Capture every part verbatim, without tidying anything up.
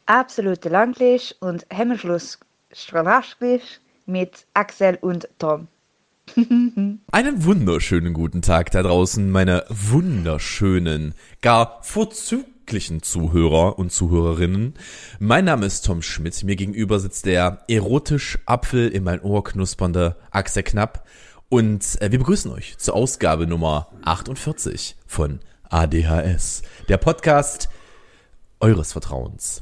Absolute Landlich und Hemmschluss Stranaschlich mit Axel und Tom. Einen wunderschönen guten Tag da draußen, meine wunderschönen, gar vorzüglichen Zuhörer und Zuhörerinnen. Mein Name ist Tom Schmidt, mir gegenüber sitzt der erotisch Apfel in mein Ohr knuspernde Axel Knapp und äh, wir begrüßen euch zur Ausgabe Nummer achtundvierzig von A D H S, der Podcast eures Vertrauens.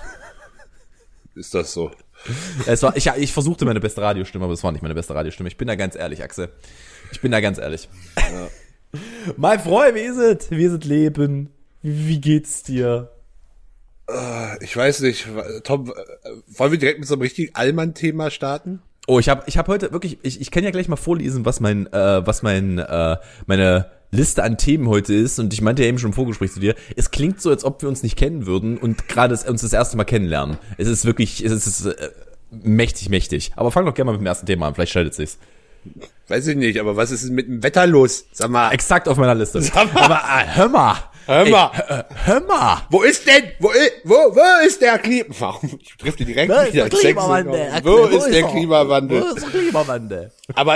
Ist das so? Es war, ich, ich versuchte meine beste Radiostimme, aber es war nicht meine beste Radiostimme. Ich bin da ganz ehrlich, Axel. Ich bin da ganz ehrlich. Ja. Mein Freund, wie ist es? Wie ist es Leben? Wie, wie geht's dir? Ich weiß nicht. Tom, wollen wir direkt mit so einem richtigen Allmann-Thema starten? Oh, ich habe ich hab heute wirklich, ich, ich kann ja gleich mal vorlesen, was mein, äh, was mein, äh, meine Liste an Themen heute ist. Und ich meinte ja eben schon im Vorgespräch zu dir, es klingt so, als ob wir uns nicht kennen würden und gerade uns das erste Mal kennenlernen. Es ist wirklich, es ist äh, mächtig, mächtig. Aber fang doch gerne mal mit dem ersten Thema an, vielleicht schaltet sich's. Weiß ich nicht, aber was ist denn mit dem Wetter los? Sag mal. Exakt auf meiner Liste. Sag mal. Aber äh, hör mal. Hör mal. Ey, äh, hör mal. Wo ist denn, wo, wo, wo ist der Klima... Warum? Ich treffe die direkt Wo ist wieder. der Klimawandel? Wo ist der Klimawandel? Wo ist der Klimawandel? Aber...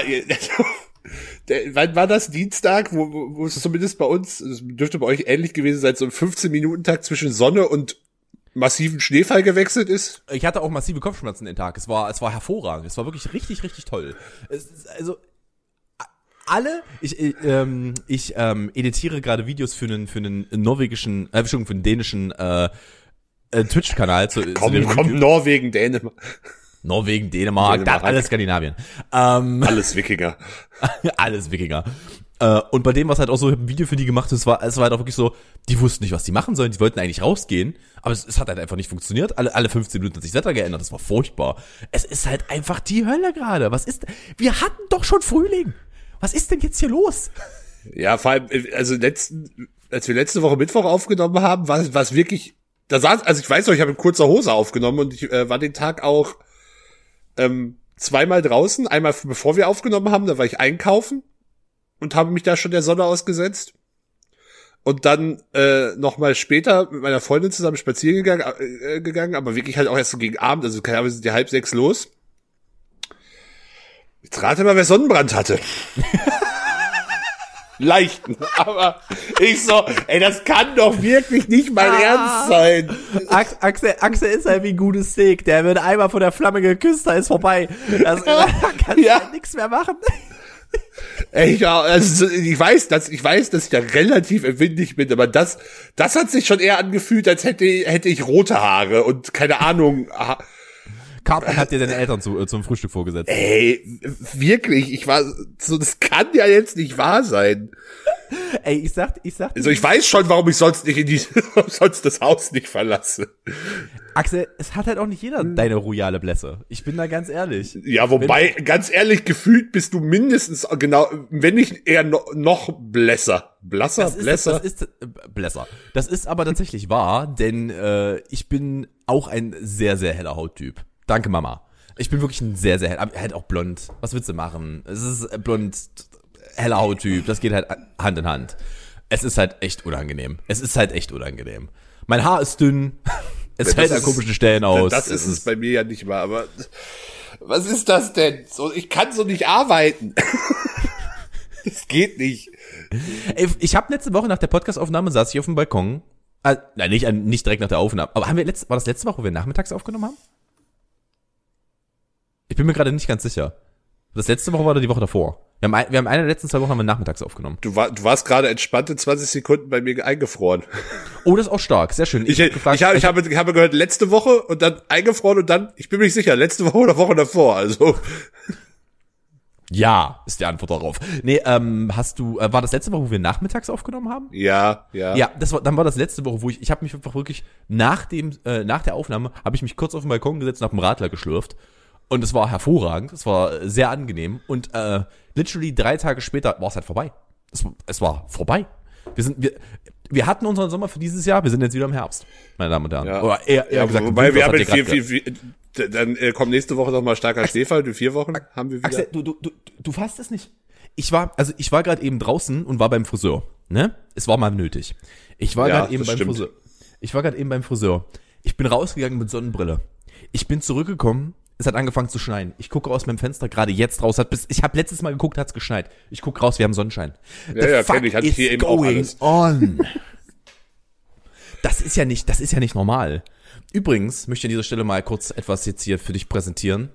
Der, wann war das? Dienstag, wo, wo, wo es zumindest bei uns, es dürfte bei euch ähnlich gewesen sein, so ein fünfzehn-Minuten-Takt zwischen Sonne und massiven Schneefall gewechselt ist? Ich hatte auch massive Kopfschmerzen den Tag. Es war, es war hervorragend. Es war wirklich richtig, richtig toll. Es ist, also alle, ich, ähm, ich ähm, editiere gerade Videos für einen, für einen norwegischen, äh, für einen dänischen äh, äh, Twitch-Kanal. Zu, komm, zu komm, Norwegen, Dänemark. Norwegen, Dänemark, Dänemark. Da, alles Skandinavien. Ähm, alles Wikinger. alles Wikinger. Äh, und bei dem, was halt auch so ein Video für die gemacht ist, war, es war halt auch wirklich so, die wussten nicht, was die machen sollen, die wollten eigentlich rausgehen, aber es, es hat halt einfach nicht funktioniert. Alle, alle fünfzehn Minuten hat sich das Wetter geändert, das war furchtbar. Es ist halt einfach die Hölle gerade. Was ist, wir hatten doch schon Frühling. Was ist denn jetzt hier los? Ja, vor allem, also letzten, als wir letzte Woche Mittwoch aufgenommen haben, war es wirklich, da saß, also ich weiß noch, ich habe in kurzer Hose aufgenommen und ich äh, war den Tag auch ähm, zweimal draußen, einmal bevor wir aufgenommen haben, da war ich einkaufen und habe mich da schon der Sonne ausgesetzt. Und dann äh, nochmal später mit meiner Freundin zusammen spazieren gegangen, äh, gegangen, aber wirklich halt auch erst so gegen Abend, also keine Ahnung, wir sind ja halb sechs los. Jetzt rate mal, wer Sonnenbrand hatte. Leichten, aber ich so, ey, das kann doch wirklich nicht mein ah, Ernst sein. Axel, Axel ist halt wie ein gutes Steak, der wird einmal von der Flamme geküsst, da ist vorbei. Also, da kannst du ja halt nichts mehr machen. Ey, ja, also ich weiß, dass ich weiß, dass ich da relativ empfindlich bin, aber das, das hat sich schon eher angefühlt, als hätte hätte ich rote Haare und keine Ahnung. Cartman hat dir deine Eltern zu, äh, zum Frühstück vorgesetzt. Ey, wirklich, ich war so, das kann ja jetzt nicht wahr sein. Ey, ich sag, ich sag. Also ich weiß schon, warum ich sonst nicht in die, sonst das Haus nicht verlasse. Axel, es hat halt auch nicht jeder deine royale Blässe. Ich bin da ganz ehrlich. Ja, wobei, wenn, ganz ehrlich, gefühlt bist du mindestens genau, wenn nicht eher no, noch blässer. Blasser, das ist, blässer? Das ist, äh, blässer. Das ist aber tatsächlich wahr, denn äh, ich bin auch ein sehr, sehr heller Hauttyp. Danke, Mama. Ich bin wirklich ein sehr, sehr hell, halt auch blond. Was willst du machen? Es ist blond, heller Hauttyp. Das geht halt Hand in Hand. Es ist halt echt unangenehm. Es ist halt echt unangenehm. Mein Haar ist dünn. Es fällt an komischen Stellen aus. Das ist es bei mir ja nicht mal, aber was ist das denn? So, ich kann so nicht arbeiten. Das geht nicht. Ey, ich habe letzte Woche nach der Podcastaufnahme saß ich auf dem Balkon. Äh, nein, nicht, nicht direkt nach der Aufnahme. Aber haben wir letzte, war das letzte Woche, wo wir nachmittags aufgenommen haben? Ich bin mir gerade nicht ganz sicher. Das letzte Woche war oder die Woche davor? Wir haben, ein, wir haben eine der letzten zwei Wochen haben wir nachmittags aufgenommen. Du, war, du warst gerade entspannte zwanzig Sekunden bei mir eingefroren. Oh, das ist auch stark. Sehr schön. Ich, ich, gefragt, ich, hab, ich, habe, ich habe gehört, letzte Woche und dann eingefroren und dann, ich bin mir nicht sicher, letzte Woche oder Woche davor, also. Ja, ist die Antwort darauf. Nee, ähm, hast du, äh, war das letzte Woche, wo wir nachmittags aufgenommen haben? Ja, ja. Ja, das war, dann war das letzte Woche, wo ich, ich habe mich einfach wirklich nach dem, äh, nach der Aufnahme, habe ich mich kurz auf den Balkon gesetzt und hab einen Radler geschlürft. Und es war hervorragend, es war sehr angenehm. Und äh, literally drei Tage später war es halt vorbei. Es, es war vorbei. Wir sind, wir, wir hatten unseren Sommer für dieses Jahr, wir sind jetzt wieder im Herbst, meine Damen und Herren. Ja. Oder eher, eher ja, gesagt, wobei wir haben jetzt vier, vier, vier, dann äh, kommt nächste Woche nochmal starker Axel, Schneefall, in vier Wochen haben wir wieder. Axel, du, du, du, du fasst es nicht. Ich war, also ich war gerade eben draußen und war beim Friseur, ne? Es war mal nötig. Ich war Ja, gerade eben das beim stimmt. Friseur. Ich war gerade eben beim Friseur. Ich bin rausgegangen mit Sonnenbrille. Ich bin zurückgekommen, es hat angefangen zu schneien. Ich gucke aus meinem Fenster gerade jetzt raus. Hat bis, ich habe letztes Mal geguckt, hat's geschneit. Ich gucke raus, wir haben Sonnenschein. Ja, The ja, kenn ich. Hatte ich hier eben auch alles. On. Das ist ja nicht, das ist ja nicht normal. Übrigens möchte ich an dieser Stelle mal kurz etwas jetzt hier für dich präsentieren.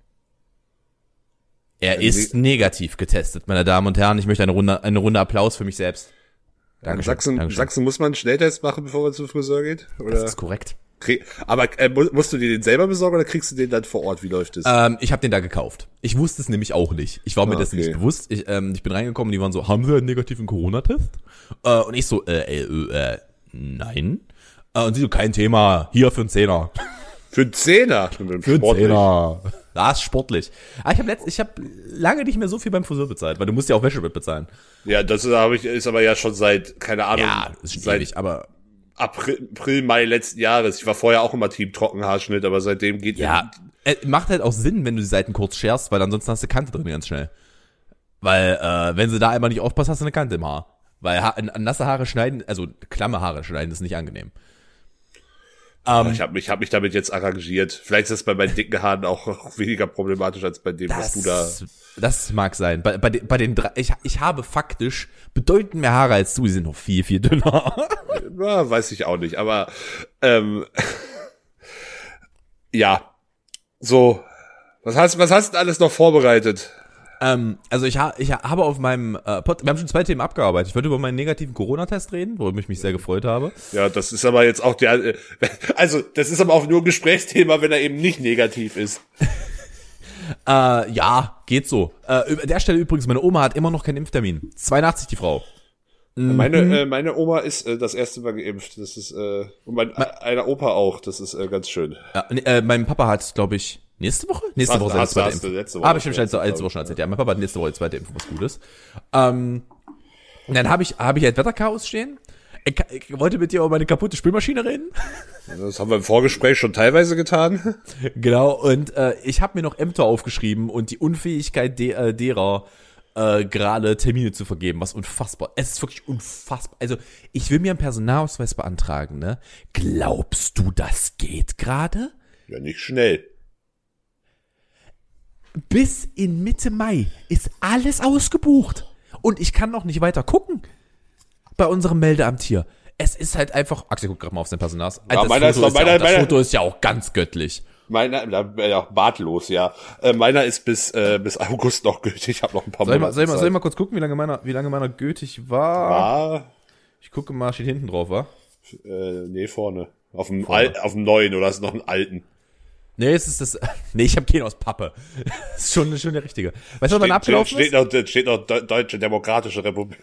Er ist negativ getestet, meine Damen und Herren. Ich möchte eine Runde, eine Runde Applaus für mich selbst. Dankeschön. Sachsen, Dankeschön. Sachsen muss man einen Schnelltest machen, bevor man zum Friseur geht? Oder? Das ist korrekt. Aber äh, musst du dir den selber besorgen oder kriegst du den dann vor Ort? Wie läuft das? Ähm, ich habe den da gekauft. Ich wusste es nämlich auch nicht. Ich war mir ah, das okay. nicht bewusst. Ich, ähm, ich bin reingekommen, die waren so, haben Sie einen negativen Corona-Test? Äh, und ich so, äh, äh, äh, nein. Äh, und sie so, kein Thema, hier für einen Zehner. Für einen Zehner? Für einen Zehner. Das ist sportlich. Aber ich habe letzt, ich habe lange nicht mehr so viel beim Friseur bezahlt, weil du musst ja auch Wäsche mit bezahlen. Ja, das habe ich, ist aber ja schon seit, keine Ahnung. Ja, ist schon seit ewig, aber April, April, Mai letzten Jahres. Ich war vorher auch immer Team Trockenhaarschnitt, aber seitdem geht ja. Äh, macht halt auch Sinn, wenn du die Seiten kurz scherst, weil ansonsten hast du Kante drin ganz schnell. Weil, äh, wenn sie da einmal nicht aufpasst, hast du eine Kante im Haar. Weil ha- nasse Haare schneiden, also klamme Haare schneiden, ist nicht angenehm. Um, ich habe mich, hab mich damit jetzt arrangiert. Vielleicht ist das bei meinen dicken Haaren auch, auch weniger problematisch als bei dem, das, was du da. Das mag sein. Bei, bei, den, bei den drei, ich, ich habe faktisch bedeutend mehr Haare als du, die sind noch viel, viel dünner. Ja, weiß ich auch nicht, aber ähm, ja. So. Was hast, was hast du alles noch vorbereitet? Ähm, also ich, ha, ich habe auf meinem äh, Pod, wir haben schon zwei Themen abgearbeitet. Ich wollte über meinen negativen Corona-Test reden, worüber ich mich sehr gefreut habe. Ja, das ist aber jetzt auch der, also das ist aber auch nur ein Gesprächsthema, wenn er eben nicht negativ ist. äh, ja, geht so. Äh, an der Stelle übrigens, meine Oma hat immer noch keinen Impftermin. zweiundachtzig die Frau. Meine äh, meine Oma ist äh, das erste Mal geimpft. Das ist äh, und mein Ma- einer Opa auch. Das ist äh, ganz schön. Ja, äh, mein Papa hat, glaube ich, nächste Woche? Nächste Ach, Woche seine zweite Impfung. Letzte Woche. Ah, bestimmt letzte Woche schon erzählt. Ja, mein Papa hat nächste Woche die zweite Impfung, was Gutes. Ähm, und dann habe ich habe ich halt Wetterchaos stehen. Ich, ich wollte mit dir über meine kaputte Spülmaschine reden. Das haben wir im Vorgespräch schon teilweise getan. Genau. Und äh, ich habe mir noch Ämter aufgeschrieben und die Unfähigkeit de- äh, derer Äh, gerade Termine zu vergeben, was unfassbar. Es ist wirklich unfassbar. Also, ich will mir einen Personalausweis beantragen, ne? Glaubst du, das geht gerade? Ja, nicht schnell. Bis in Mitte Mai ist alles ausgebucht. Und ich kann noch nicht weiter gucken. Bei unserem Meldeamt hier. Es ist halt einfach. Axel, guck gerade mal auf sein Personalausweis. Ja, das meiner Foto, ist, ist meiner, ja auch, das meiner, Foto ist ja auch ganz göttlich. Meiner, ja, bartlos, ja. Äh, meiner ist bis äh, bis August noch gültig. Ich habe noch ein paar soll Monate. Soll ich mal, soll ich mal kurz gucken, wie lange meiner, wie lange meiner gültig war? War? Ich gucke mal, steht hinten drauf, wa? Äh, nee, vorne. Auf dem Al- auf dem neuen oder ist noch einen alten? Nee, es ist das. Nee, ich habe keinen aus Pappe. Das ist schon, schon der richtige. Weißt du, wann abgelaufen steht, ist? Steht noch, steht noch Deutsche Demokratische Republik.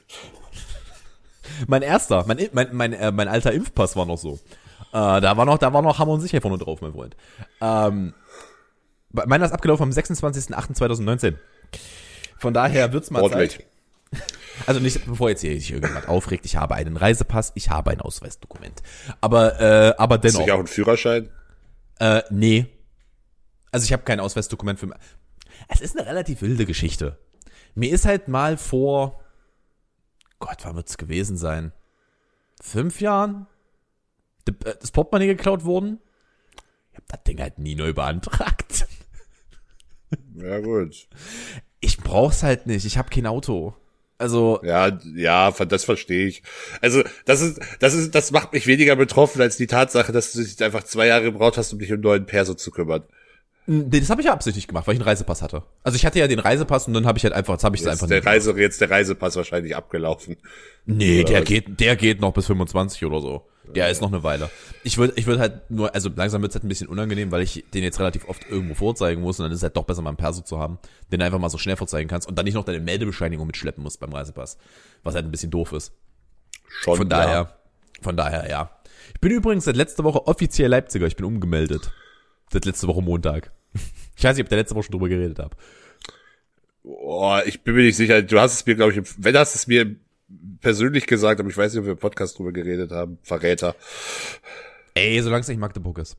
Mein erster, mein, mein, mein, äh, mein alter Impfpass war noch so. Äh, da war noch, da war noch Hammer und Sicher vorne drauf, mein Freund. Ähm, meiner ist abgelaufen am sechsundzwanzigsten achten zweitausendneunzehn. Von daher wird's mal Ordentlich. Zeit. Also nicht, bevor jetzt hier sich irgendjemand aufregt, ich habe einen Reisepass, ich habe ein Ausweisdokument. Aber, äh, aber dennoch. Hast du auch einen Führerschein? Äh, nee. Also ich habe kein Ausweisdokument für. Es ist eine relativ wilde Geschichte. Mir ist halt mal vor, Gott, wann wird's gewesen sein? Fünf Jahren? Das Portemonnaie geklaut worden? Ich hab das Ding halt nie neu beantragt. Ja, gut. Ich brauch's halt nicht. Ich habe kein Auto. Also. Ja, ja, das verstehe ich. Also, das ist, das ist, das macht mich weniger betroffen als die Tatsache, dass du dich einfach zwei Jahre gebraucht hast, um dich um einen neuen Perso zu kümmern. Das habe ich ja absichtlich gemacht, weil ich einen Reisepass hatte. Also ich hatte ja den Reisepass und dann habe ich halt einfach, jetzt habe ich es einfach der nicht Reise, jetzt der Reisepass wahrscheinlich abgelaufen. Nee, oder der was? geht, der geht noch bis fünfundzwanzig oder so. Der ja. ist noch eine Weile. Ich würde, ich würde halt nur, also langsam wird's halt ein bisschen unangenehm, weil ich den jetzt relativ oft irgendwo vorzeigen muss und dann ist es halt doch besser, mal einen Perso zu haben, den du einfach mal so schnell vorzeigen kannst und dann nicht noch deine Meldebescheinigung mitschleppen musst beim Reisepass. Was halt ein bisschen doof ist. Schon, Von ja. daher, von daher, ja. Ich bin übrigens seit letzter Woche offiziell Leipziger, ich bin umgemeldet. Seit letzte Woche Montag. Ich weiß nicht, ob ich da letzte Woche schon drüber geredet habe. Oh, ich bin mir nicht sicher. Du hast es mir, glaube ich, wenn hast es mir persönlich gesagt, aber ich weiß nicht, ob wir im Podcast drüber geredet haben. Verräter. Ey, solange es nicht Magdeburg ist.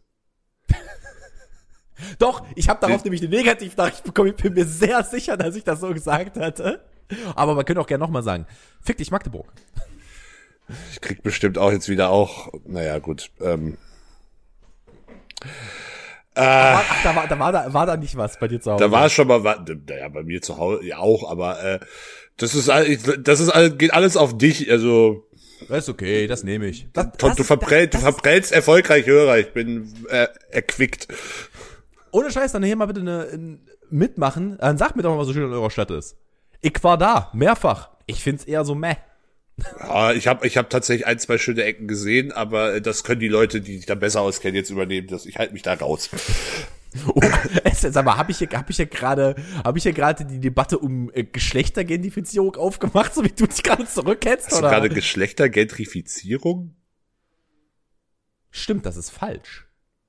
Doch, ich habe darauf nämlich eine Negativnachricht bekommen. Ich bin mir sehr sicher, dass ich das so gesagt hatte. Aber man könnte auch gerne nochmal sagen, fick dich Magdeburg. Ich krieg bestimmt auch jetzt wieder auch, naja, gut, ähm, Ach, ach, da, war, da, war, da war da nicht was bei dir zu Hause. Da war schon mal was, naja, bei mir zu Hause ja auch, aber äh, das ist das ist alles, geht alles auf dich, also. Das ist okay, das nehme ich. Das, Tom, du, verprell, du verprellst erfolgreich Hörer, ich bin äh, erquickt. Ohne Scheiß, dann hier mal bitte eine, eine mitmachen. Dann sagt mir doch mal, was so schön in eurer Stadt ist. Ich war da, mehrfach. Ich find's eher so meh. Ja, ich habe ich hab tatsächlich ein, zwei schöne Ecken gesehen, aber das können die Leute, die sich da besser auskennen, jetzt übernehmen. Das, ich halte mich da raus. Oh, sag mal, habe ich hier, hab ich hier gerade, habe ich hier gerade die Debatte um äh, Geschlechtergentrifizierung aufgemacht, so wie du dich gerade zurückhältst, Hast oder? du gerade Geschlechtergentrifizierung? Stimmt, das ist falsch.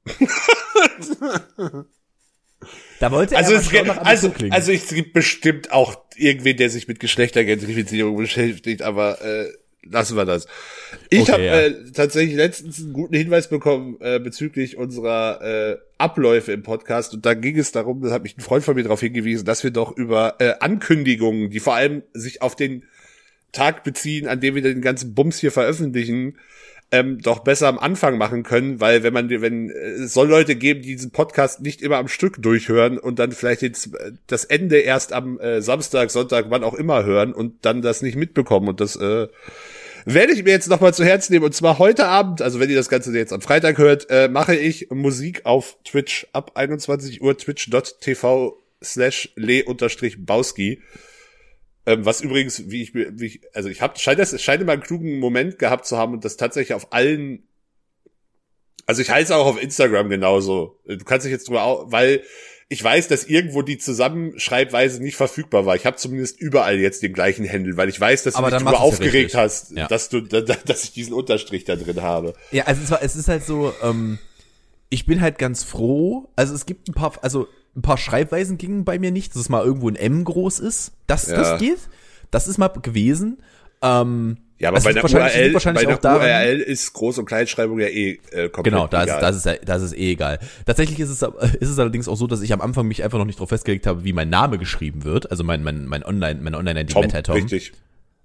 Da wollte er also, aber es, schon noch also, klingen. also es gibt bestimmt auch irgendwen, der sich mit Geschlechtergentrifizierung beschäftigt, aber äh, lassen wir das. Ich Okay, habe ja. äh, tatsächlich letztens einen guten Hinweis bekommen äh, bezüglich unserer äh, Abläufe im Podcast und da ging es darum, da hat mich ein Freund von mir darauf hingewiesen, dass wir doch über äh, Ankündigungen, die vor allem sich auf den Tag beziehen, an dem wir den ganzen Bums hier veröffentlichen, ähm, doch besser am Anfang machen können, weil wenn man, wenn es soll Leute geben, die diesen Podcast nicht immer am Stück durchhören und dann vielleicht jetzt das Ende erst am äh, Samstag, Sonntag, wann auch immer hören und dann das nicht mitbekommen und das äh, werde ich mir jetzt nochmal zu Herzen nehmen und zwar heute Abend, also wenn ihr das Ganze jetzt am Freitag hört, äh, mache ich Musik auf Twitch ab einundzwanzig Uhr, twitch.tv slash le-bauski. Ähm, was übrigens, wie ich, wie ich also ich habe, scheint das, es scheint immer einen klugen Moment gehabt zu haben und das tatsächlich auf allen, also ich heiße auch auf Instagram genauso. Du kannst dich jetzt drüber, au- weil ich weiß, dass irgendwo die Zusammenschreibweise nicht verfügbar war. Ich habe zumindest überall jetzt den gleichen Handle, weil ich weiß, dass du Aber dich dann drüber machst du's ja aufgeregt richtig. hast, Ja. dass du, da, da- dass ich diesen Unterstrich da drin habe. Ja, also es, war, es ist halt so, ähm, ich bin halt ganz froh, also es gibt ein paar, also ein paar Schreibweisen gingen bei mir nicht, dass es mal irgendwo ein M groß ist, das, Ja. das geht, das ist mal gewesen, ähm, Ja, aber es bei liegt einer U wahrscheinlich- R L, liegt wahrscheinlich bei auch einer daran- U R L ist Groß- und Kleinschreibung ja eh äh, komplett Genau, da ist, egal. das, ist, ja- das ist eh egal. Tatsächlich ist es, ist es allerdings auch so, dass ich am Anfang mich einfach noch nicht drauf festgelegt habe, wie mein Name geschrieben wird. Also mein, mein, mein Online, mein Online-I D, Tom, Meta Tom. richtig.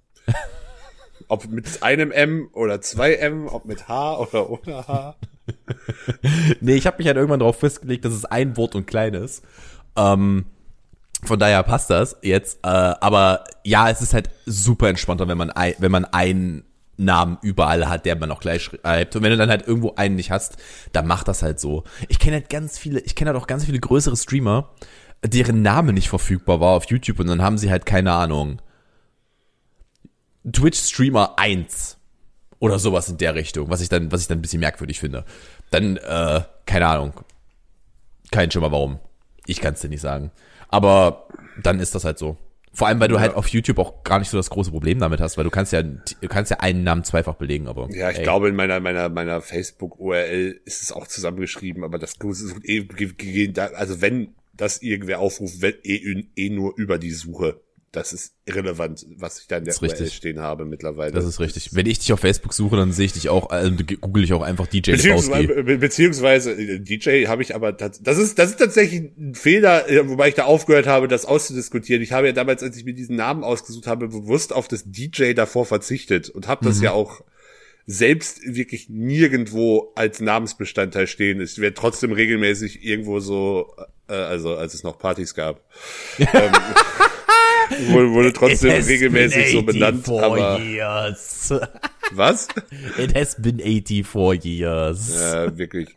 Ob mit einem M oder zwei M, ob mit H oder ohne H. Nee, ich habe mich halt irgendwann darauf festgelegt, dass es ein Wort und klein ist. Ähm, von daher passt das jetzt. Äh, aber ja, es ist halt super entspannter, wenn man ein, wenn man einen Namen überall hat, der man auch gleich schreibt. Und wenn du dann halt irgendwo einen nicht hast, dann mach das halt so. Ich kenne halt ganz viele, ich kenne halt auch ganz viele größere Streamer, deren Name nicht verfügbar war auf YouTube und dann haben sie halt keine Ahnung. Twitch-Streamer eins oder sowas in der Richtung, was ich dann, was ich dann ein bisschen merkwürdig finde. Dann, äh, keine Ahnung. Kein Schimmer warum. Ich kann es dir nicht sagen. Aber dann ist das halt so. Vor allem, weil du Ja. halt auf YouTube auch gar nicht so das große Problem damit hast, weil du kannst ja, du kannst ja einen Namen zweifach belegen, aber. Ja, ich ey. glaube, in meiner, meiner, meiner Facebook-U R L ist es auch zusammengeschrieben, aber das ist eh, ge- ge- da- also wenn das irgendwer aufruft, wenn eh, eh nur über die Suche. Das ist irrelevant, was ich da in der Das ist U R L richtig. stehen habe mittlerweile. Das ist richtig. Wenn ich dich auf Facebook suche, dann sehe ich dich auch, also google ich auch einfach D J Lebowski. Beziehungsweise, be- beziehungsweise äh, D J habe ich aber tats- das ist das ist tatsächlich ein Fehler, äh, wobei ich da aufgehört habe, das auszudiskutieren. Ich habe ja damals, als ich mir diesen Namen ausgesucht habe, bewusst auf das D J davor verzichtet und habe das Mhm. ja auch selbst wirklich nirgendwo als Namensbestandteil stehen. Es wird trotzdem regelmäßig irgendwo so, äh, also als es noch Partys gab, ähm, wurde, wurde trotzdem It has regelmäßig been so benannt. eighty-four Aber years. was? It has been eighty-four years. Ja, wirklich.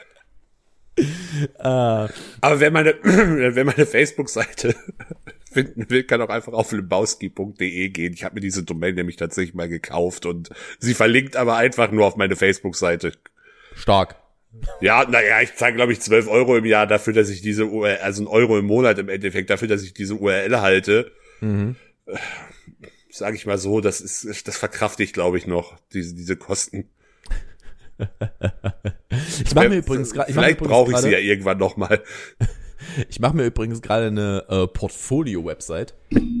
Ah. Aber wer meine, wer meine Facebook-Seite finden will, kann auch einfach auf lebowski punkt de gehen. Ich habe mir diese Domain nämlich tatsächlich mal gekauft und sie verlinkt aber einfach nur auf meine Facebook-Seite. Stark. Ja, naja, ich zahle, glaube ich, zwölf Euro im Jahr dafür, dass ich diese U R L, also ein Euro im Monat im Endeffekt, dafür, dass ich diese U R L halte. Mhm. Sage ich mal so, das ist, das verkrafte ich, glaube ich, noch, diese, diese Kosten. Ich mache mir übrigens gerade, Vielleicht brauche ich sie ja irgendwann noch mal. Ich mache mir übrigens gerade eine äh, Portfolio-Website.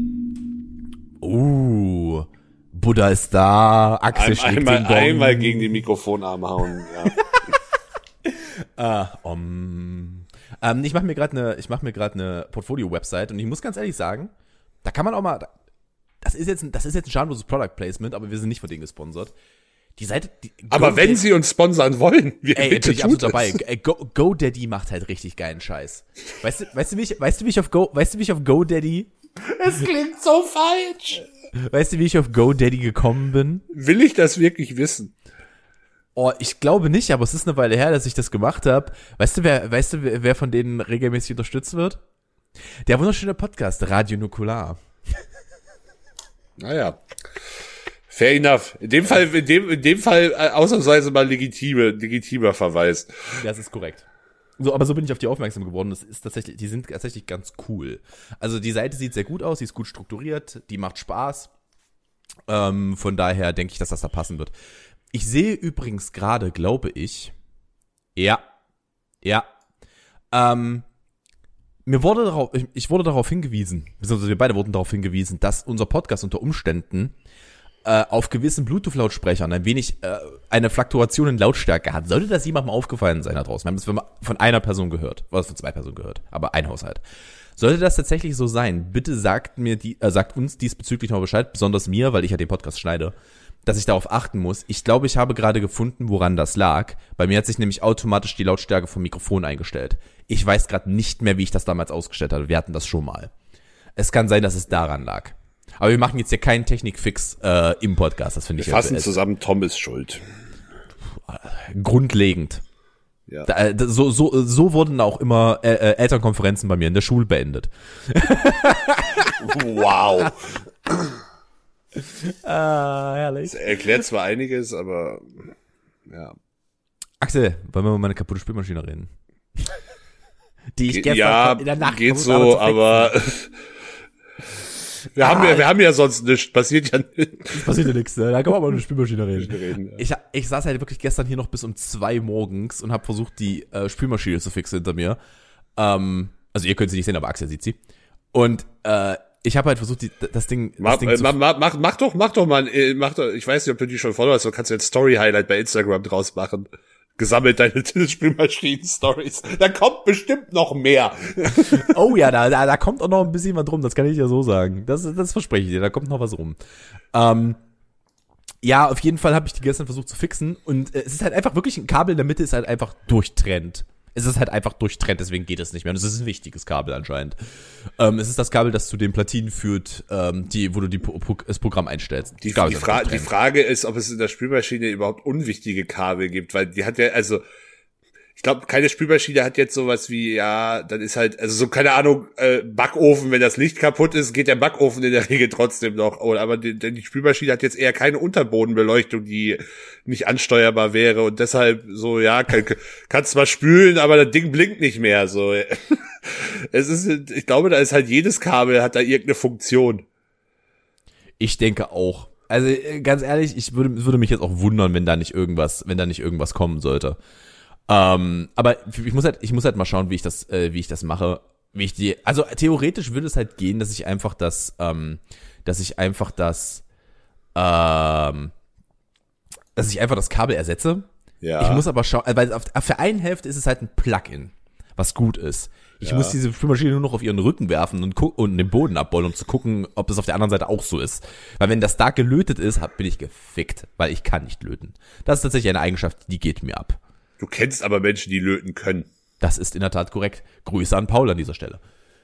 Uh, Buddha ist da, Axel Ein, schlägt einmal, den Gong. einmal gegen die Mikrofonarme hauen, ja. Ah, um, ähm, ich mache mir gerade eine, ich mache mir gerade eine Portfolio-Website und ich muss ganz ehrlich sagen, da kann man auch mal, das ist jetzt, ein, das ist jetzt ein schamloses Product Placement, aber wir sind nicht von denen gesponsert. Die Seite, die, Aber wenn sie uns sponsern wollen, wir ey, bitte bin ich absolut tut dabei. es. Äh, Go, GoDaddy macht halt richtig geilen Scheiß. Weißt du, weißt du, wie ich, weißt du, wie ich auf Go, weißt du, wie ich auf GoDaddy, Es klingt so falsch. weißt du, wie ich auf GoDaddy gekommen bin? Will ich das wirklich wissen? Oh, ich glaube nicht, aber es ist eine Weile her, dass ich das gemacht habe. Weißt du, wer, weißt du, wer, wer von denen regelmäßig unterstützt wird? Der wunderschöne Podcast, Radio Nukular. Naja. Fair enough. In dem Fall, in dem, in dem Fall äh, ausnahmsweise mal legitime, legitimer Verweis. Das ist korrekt. So, aber so bin ich auf die aufmerksam geworden. Das ist tatsächlich, die sind tatsächlich ganz cool. Also die Seite sieht sehr gut aus, die ist gut strukturiert, die macht Spaß. Ähm, von daher denke ich, dass das da passen wird. Ich sehe übrigens gerade, glaube ich, ja, ja, ähm, mir wurde darauf, ich, ich wurde darauf hingewiesen, beziehungsweise wir beide wurden darauf hingewiesen, dass unser Podcast unter Umständen äh, auf gewissen Bluetooth-Lautsprechern ein wenig äh, eine Fluktuation in Lautstärke hat. Sollte das jemandem aufgefallen sein da draußen? Wir haben es von einer Person gehört, oder von zwei Personen gehört, aber ein Haushalt. Sollte das tatsächlich so sein, bitte sagt mir die, äh, sagt uns diesbezüglich noch Bescheid, besonders mir, weil ich ja den Podcast schneide, dass ich darauf achten muss. Ich glaube, ich habe gerade gefunden, woran das lag. Bei mir hat sich nämlich automatisch die Lautstärke vom Mikrofon eingestellt. Ich weiß gerade nicht mehr, wie ich das damals ausgestellt habe. Wir hatten das schon mal. Es kann sein, dass es daran lag. Aber wir machen jetzt hier keinen Technikfix äh, im Podcast. Das finde ich Wir fassen jetzt, zusammen, Tom ist schuld. grundlegend. Ja. Da, äh, so, so, so wurden auch immer äh, äh, Elternkonferenzen bei mir in der Schule beendet. Wow. Ah, herrlich. Das erklärt zwar einiges, aber ja. Axel, wollen wir mal meine kaputte Spülmaschine reden? Die ich gestern Ja, in der Nacht geht versucht habe so, zu fixen. aber wir Ah, haben ja, wir haben ja sonst nichts, passiert ja nicht. Das passiert ja nichts, ne? Da kann man mal über eine Spülmaschine reden. Reden, ja. Ich, ich saß halt wirklich gestern hier noch bis um zwei morgens und habe versucht, die äh, Spülmaschine zu fixen hinter mir. Ähm, also ihr könnt sie nicht sehen, aber Axel sieht sie. Und äh, ich habe halt versucht, die, das Ding, das Mach, Ding äh, zu... mach, mach, mach, mach doch, mach doch mal, äh, mach doch, ich weiß nicht, ob du die schon follow hast, du kannst jetzt Story-Highlight bei Instagram draus machen. Gesammelt deine Spülmaschinen-Stories. Da kommt bestimmt noch mehr. Oh ja, da, da, da kommt auch noch ein bisschen was rum, das kann ich ja so sagen. Das, das verspreche ich dir, da kommt noch was rum. Ähm, ja, auf jeden Fall habe ich die gestern versucht zu fixen und äh, es ist halt einfach wirklich ein Kabel in der Mitte ist halt einfach durchtrennt. Es ist halt einfach durchtrennt, deswegen geht es nicht mehr. Und es ist ein wichtiges Kabel anscheinend. Ähm, es ist das Kabel, das zu den Platinen führt, ähm, die, wo du die, das Programm einstellst. Die, Das die, ist Fra- die durchtrennt. Frage ist, ob es in der Spülmaschine überhaupt unwichtige Kabel gibt, weil die hat ja, also, ich glaube, keine Spülmaschine hat jetzt sowas wie, ja, dann ist halt, also so, keine Ahnung, äh, Backofen, wenn das Licht kaputt ist, geht der Backofen in der Regel trotzdem noch. Oh, aber die, die Spülmaschine hat jetzt eher keine Unterbodenbeleuchtung, die nicht ansteuerbar wäre und deshalb so, ja, kann, kannst zwar spülen, aber das Ding blinkt nicht mehr, so. Es ist, ich glaube, da ist halt jedes Kabel hat da irgendeine Funktion. Ich denke auch. Also äh, ganz ehrlich, ich würde, würde mich jetzt auch wundern, wenn da nicht irgendwas, wenn da nicht irgendwas kommen sollte. Ähm, aber ich muss halt, ich muss halt mal schauen, wie ich das, äh, wie ich das mache. Wie ich die, also theoretisch würde es halt gehen, dass ich einfach das, ähm, dass ich einfach das, ähm, dass ich einfach das Kabel ersetze. Ja. Ich muss aber schauen, weil auf, auf der einen Hälfte ist es halt ein Plugin, was gut ist. Ich Ja. muss diese Spülmaschine nur noch auf ihren Rücken werfen und, gu- und den Boden abbeulen, um zu gucken, ob das auf der anderen Seite auch so ist. Weil wenn das da gelötet ist, hab, bin ich gefickt, weil ich kann nicht löten. Das ist tatsächlich eine Eigenschaft, die geht mir ab. Du kennst aber Menschen, die löten können. Das ist in der Tat korrekt. Grüße an Paul an dieser Stelle.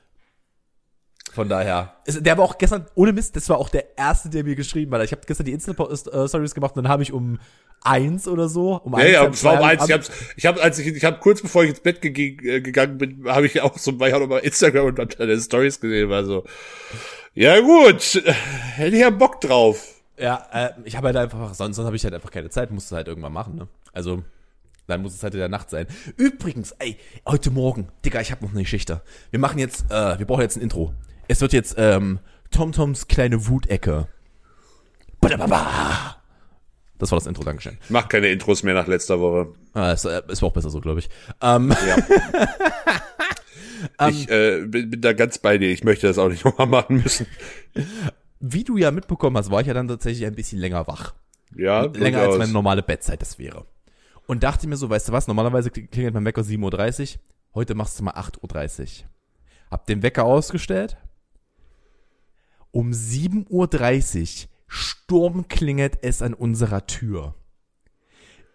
Von daher, ist, der war auch gestern, ohne Mist, das war auch der Erste, der mir geschrieben hat. Ich habe gestern die Insta-Stories gemacht und dann habe ich um eins oder so, um Ja, eins, ja, halb es war um zwei, eins. Ich hab's, ich hab, als ich, ich hab kurz bevor ich ins Bett ge- ge- gegangen bin, habe ich auch so, war ich auch noch mal Instagram und hab deine Stories gesehen, war so, ja gut, hätte ich ja Bock drauf. Ja, äh, ich habe halt einfach, sonst, sonst habe ich halt einfach keine Zeit, musste halt irgendwann machen, ne? Also, dann muss es halt in der Nacht sein. Übrigens, ey, heute Morgen, Digga, ich habe noch eine Geschichte. Wir machen jetzt, äh, wir brauchen jetzt ein Intro. Es wird jetzt, ähm, TomToms kleine Wutecke. Badababa. Das war das Intro, Dankeschön. Ich mach keine Intros mehr nach letzter Woche. Ah, es, äh, es war auch besser so, glaube ich. Ähm, Ja. ich äh, bin, bin da ganz bei dir. Ich möchte das auch nicht nochmal machen müssen. wie du ja mitbekommen hast, war ich ja dann tatsächlich ein bisschen länger wach. Ja, Länger als durchaus. meine normale Bettzeit das wäre. Und dachte mir so, weißt du was, normalerweise klingelt mein Wecker sieben Uhr dreißig, heute machst du mal acht Uhr dreißig. Hab den Wecker ausgestellt. Um sieben Uhr dreißig sturmklingelt es an unserer Tür.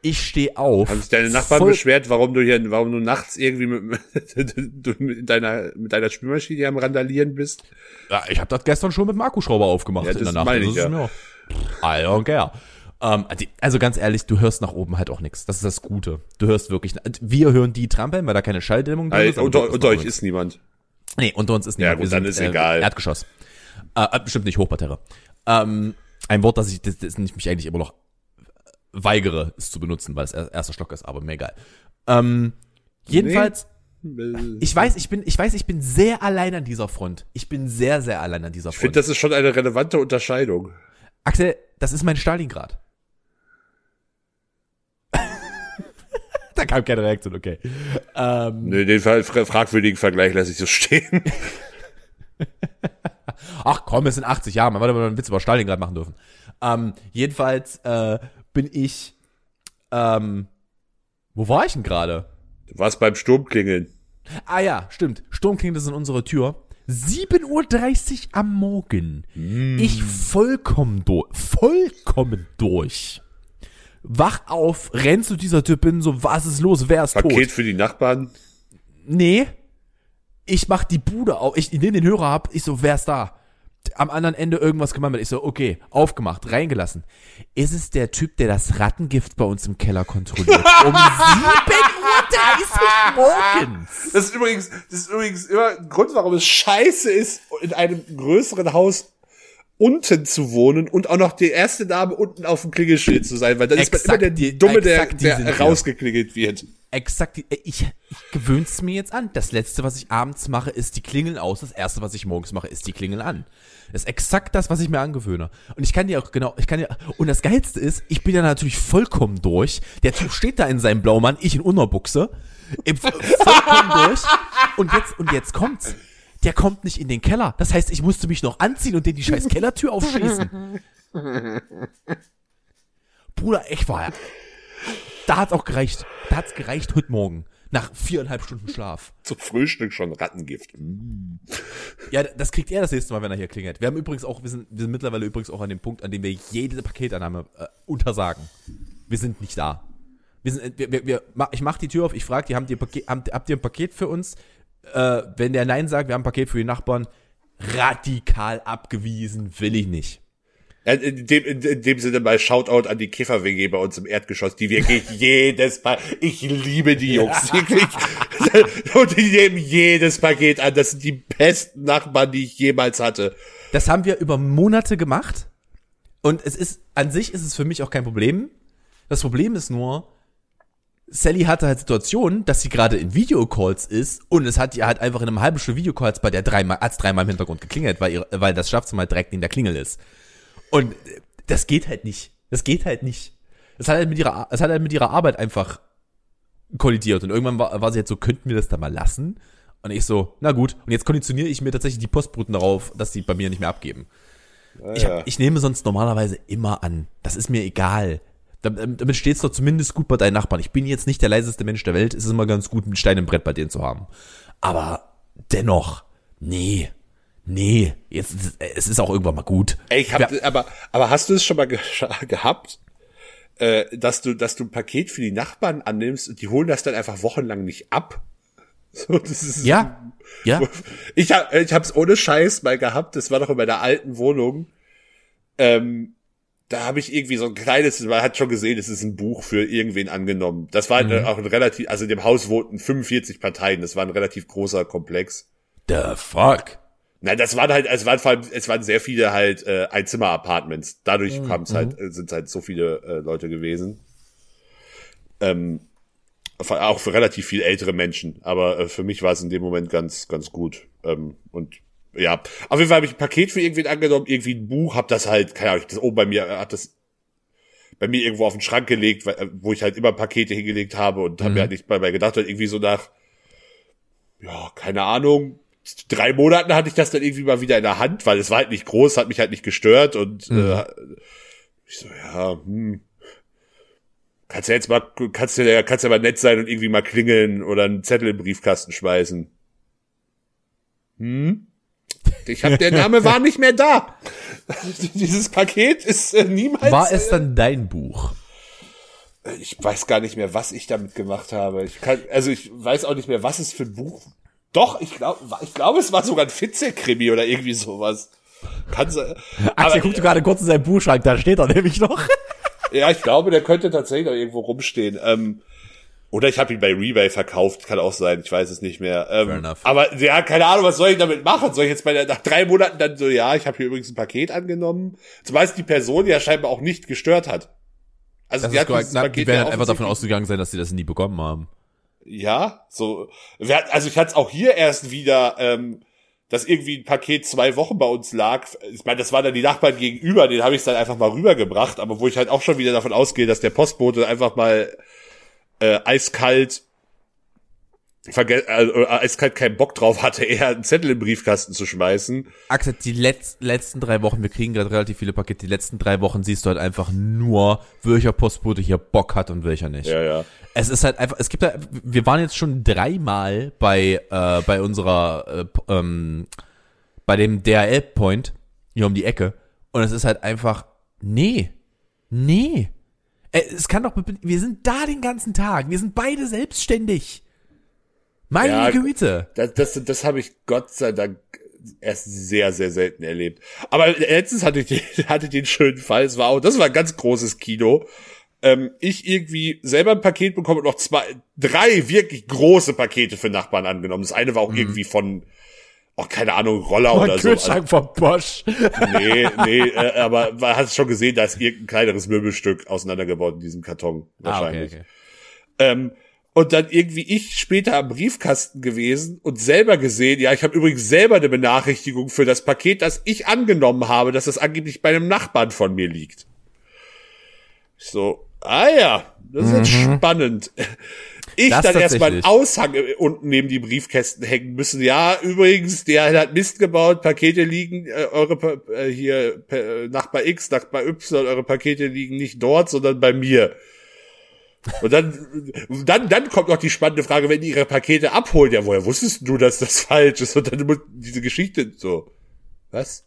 Ich stehe auf. Haben sich deine Nachbarn voll, beschwert, warum du hier, warum du nachts irgendwie mit, du mit deiner, mit deiner Spülmaschine am Randalieren bist? Ja, ich habe das gestern schon mit dem Akkuschrauber aufgemacht Ja, in das der Nacht. meine ich, das ist ja. mir auch, I don't care. Ähm, also ganz ehrlich, du hörst nach oben halt auch nichts. Das ist das Gute. Du hörst wirklich, wir hören die trampeln, weil da keine Schalldämmung drin ist. Also, unter unter euch ist niemand. Nee, unter uns ist Ja, niemand. gut, wir dann sind, ist äh, egal. Erdgeschoss. Äh, bestimmt nicht Hochparterre. Ähm, ein Wort, das ich, das, das ich mich eigentlich immer noch weigere, es zu benutzen, weil es er- erster Stock ist, aber mir egal. Ähm, jedenfalls, ich weiß, ich bin, ich weiß, ich bin sehr allein an dieser Front. Ich bin sehr, sehr allein an dieser Ich Front. finde, das ist schon eine relevante Unterscheidung. Axel, das ist mein Stalingrad. Da kam keine Reaktion, okay. Ähm, Nö, den Fall, fra- fragwürdigen Vergleich lasse ich so stehen. ach komm, es sind achtzig Jahre, man wollte mal einen Witz über Stalingrad machen dürfen. Ähm, jedenfalls äh, bin ich, ähm, wo war ich denn gerade? Du warst beim Sturmklingeln. Ah ja, stimmt. Sturmklingeln ist in unsere Tür. sieben Uhr dreißig am Morgen. Mm. Ich vollkommen durch. Vollkommen durch. Wach auf, renn zu dieser Typin, so, was ist los, wer ist Paket tot? für die Nachbarn. Nee. Ich mach die Bude auf, ich nehme den Hörer ab, ich so, wer ist da? Am anderen Ende irgendwas gemacht wird. Ich so, okay, aufgemacht, reingelassen. Ist es der Typ, der das Rattengift bei uns im Keller kontrolliert? Um sieben Uhr dreißig morgens. Das ist übrigens, das ist übrigens immer ein Grund, warum es scheiße ist, in einem größeren Haus unten zu wohnen und auch noch der erste Name unten auf dem Klingelschild zu sein, weil dann ist man immer der die- Dumme, der, exakt die sind der wir. rausgeklingelt wird. Exakt, die- ich, ich gewöhn's mir jetzt an. Das Letzte, was ich abends mache, ist die Klingeln aus. Das Erste, was ich morgens mache, ist die Klingeln an. Das ist exakt das, was ich mir angewöhne. Und ich kann dir auch genau, ich kann dir, und das Geilste ist, ich bin ja natürlich vollkommen durch. Der Typ steht da in seinem Blaumann, ich in Unterbuchse. Im- Vollkommen durch. Und jetzt, und jetzt kommt's. Der kommt nicht in den Keller. Das heißt, ich musste mich noch anziehen und den die scheiß Kellertür aufschließen. Bruder, ich war ja. Da hat's auch gereicht. Da hat's gereicht heute Morgen. Nach viereinhalb Stunden Schlaf. Zum Frühstück schon Rattengift. Ja, das kriegt er das nächste Mal, wenn er hier klingelt. Wir haben übrigens auch, wir sind, wir sind mittlerweile übrigens auch an dem Punkt, an dem wir jede Paketannahme äh, untersagen. Wir sind nicht da. Wir sind, wir, wir, wir, ich mach die Tür auf, ich frage die, haben die Paket, habt, habt ihr ein Paket für uns? Äh, wenn der Nein sagt, wir haben ein Paket für die Nachbarn, radikal abgewiesen, will ich nicht. In dem, in, in dem Sinne mal Shoutout an die Kiffer-W G bei uns im Erdgeschoss, die wirklich jedes Mal, ich liebe die Jungs, wirklich. Und die nehmen jedes Paket an. Das sind die besten Nachbarn, die ich jemals hatte. Das haben wir über Monate gemacht und es ist, an sich ist es für mich auch kein Problem. Das Problem ist nur, Sally hatte halt Situationen, dass sie gerade in Videocalls ist und es hat ihr halt einfach in einem halben Stunde Videocalls bei der dreimal, als dreimal im Hintergrund geklingelt, weil, ihr, weil das Schlafzimmer direkt neben der Klingel ist. Und das geht halt nicht. Das geht halt nicht. Das hat halt mit ihrer, das hat halt mit ihrer Arbeit einfach kollidiert und irgendwann war, war sie halt so, könnten wir das da mal lassen? Und ich so, na gut. Und jetzt konditioniere ich mir tatsächlich die Postboten darauf, dass die bei mir nicht mehr abgeben. Ah, Ich, hab, ich nehme sonst normalerweise immer an. Das ist mir egal. Damit, damit steht's doch zumindest gut bei deinen Nachbarn. Ich bin jetzt nicht der leiseste Mensch der Welt. Es ist immer ganz gut, einen Stein im Brett bei denen zu haben. Aber dennoch, nee, nee. Jetzt, es ist auch irgendwann mal gut. Ey, ich hab, Ja. aber, aber hast du es schon mal ge gehabt, äh, dass du, dass du ein Paket für die Nachbarn annimmst und die holen das dann einfach wochenlang nicht ab? So, das ist, Ja, ja. Ich hab, ich hab's ohne Scheiß mal gehabt. Das war doch in meiner alten Wohnung. Ähm, da habe ich irgendwie so ein kleines, man hat schon gesehen, es ist ein Buch für irgendwen angenommen. Das war mhm. auch ein relativ, also in dem Haus wohnten fünfundvierzig Parteien. Das war ein relativ großer Komplex. The fuck? Nein, das waren halt, es waren vor allem, es waren sehr viele halt äh, Einzimmer-Apartments. Dadurch mhm. kam es halt, sind halt so viele äh, Leute gewesen. Ähm, auch für relativ viel ältere Menschen. Aber äh, für mich war es in dem Moment ganz, ganz gut. Ähm, und ja, auf jeden Fall habe ich ein Paket für irgendwen angenommen, irgendwie ein Buch, hab das halt, keine Ahnung, das oben bei mir, hab das bei mir irgendwo auf den Schrank gelegt, wo ich halt immer Pakete hingelegt habe und mhm. habe mir halt nicht bei mir gedacht, halt irgendwie so nach, ja, keine Ahnung, drei Monaten hatte ich das dann irgendwie mal wieder in der Hand, weil es war halt nicht groß, hat mich halt nicht gestört und mhm. äh, ich so, ja, hm, kannst ja jetzt mal, kannst ja, kannst ja mal nett sein und irgendwie mal klingeln oder einen Zettel im Briefkasten schmeißen. Hm? Ich hab, der Name war nicht mehr da. Dieses Paket ist äh, niemals... War es dann dein Buch? Ich weiß gar nicht mehr, was ich damit gemacht habe. Ich kann, also ich weiß auch nicht mehr, was es für ein Buch. Doch, ich glaube, ich glaube, es war sogar ein Fitze-Krimi oder irgendwie sowas. Kann sein. Axel guckt gerade kurz in seinen Buchschrank, da steht er nämlich noch. Ja, ich glaube, der könnte tatsächlich noch irgendwo rumstehen. Ähm, oder ich habe ihn bei Rebay verkauft, kann auch sein, ich weiß es nicht mehr. Ähm, Fair enough. Aber ja, keine Ahnung, was soll ich damit machen? Soll ich jetzt bei der, nach drei Monaten dann so, ja, ich habe hier übrigens ein Paket angenommen. Zumal es die Person ja scheinbar auch nicht gestört hat. Also Das die ist hat korrekt. dieses Na, Paket die werden ja halt einfach davon offensichtlich- ausgegangen sein, dass sie das nie bekommen haben. Ja, so. Wir, also ich hatte es auch hier erst wieder, ähm, dass irgendwie ein Paket zwei Wochen bei uns lag. Ich meine, das waren dann die Nachbarn gegenüber, den habe ich dann einfach mal rübergebracht, aber wo ich halt auch schon wieder davon ausgehe, dass der Postbote einfach mal äh, eiskalt verge- äh, eiskalt keinen Bock drauf hatte, eher einen Zettel im Briefkasten zu schmeißen. Axel, die letz, letzten drei Wochen, wir kriegen gerade relativ viele Pakete, die letzten drei Wochen siehst du halt einfach nur, welcher Postbote hier Bock hat und welcher nicht. Ja, ja. Es ist halt einfach, es gibt da, wir waren jetzt schon dreimal bei, äh, bei unserer, äh, p- ähm, bei dem D H L-Point hier um die Ecke und es ist halt einfach, nee, nee. Äh, Es kann doch, wir sind da den ganzen Tag, wir sind beide selbstständig. Meine Ja, Güte. Das, das, das habe ich Gott sei Dank erst sehr, sehr selten erlebt. Aber letztens hatte ich den, hatte ich den schönen Fall, es war auch, das war ein ganz großes Kino. Ähm, ich irgendwie selber ein Paket bekommen und noch zwei, drei wirklich große Pakete für Nachbarn angenommen. Das eine war auch mhm. irgendwie von, oh, keine Ahnung, Roller Oh, oder so. Kühlschrank von Bosch. Nee, nee, äh, aber man hat schon gesehen, da ist irgendein kleineres Möbelstück auseinandergebaut in diesem Karton. Wahrscheinlich. Ah, okay, okay. Ähm, Und dann irgendwie ich später am Briefkasten gewesen und selber gesehen, ja, ich habe übrigens selber eine Benachrichtigung für das Paket, das ich angenommen habe, dass es angeblich bei einem Nachbarn von mir liegt. Ich so, ah ja, das ist jetzt Mhm. spannend. Ich Das dann erstmal einen tatsächlich. Aushang unten neben die Briefkästen hängen müssen. Ja, übrigens, der hat Mist gebaut, Pakete liegen, äh, eure Pa- äh, hier äh, Nachbar X, Nachbar Y, eure Pakete liegen nicht dort, sondern bei mir. Und dann, dann, dann kommt noch die spannende Frage, wenn die ihre Pakete abholen, ja, woher wusstest du, dass das falsch ist? Und dann muss diese Geschichte so, was?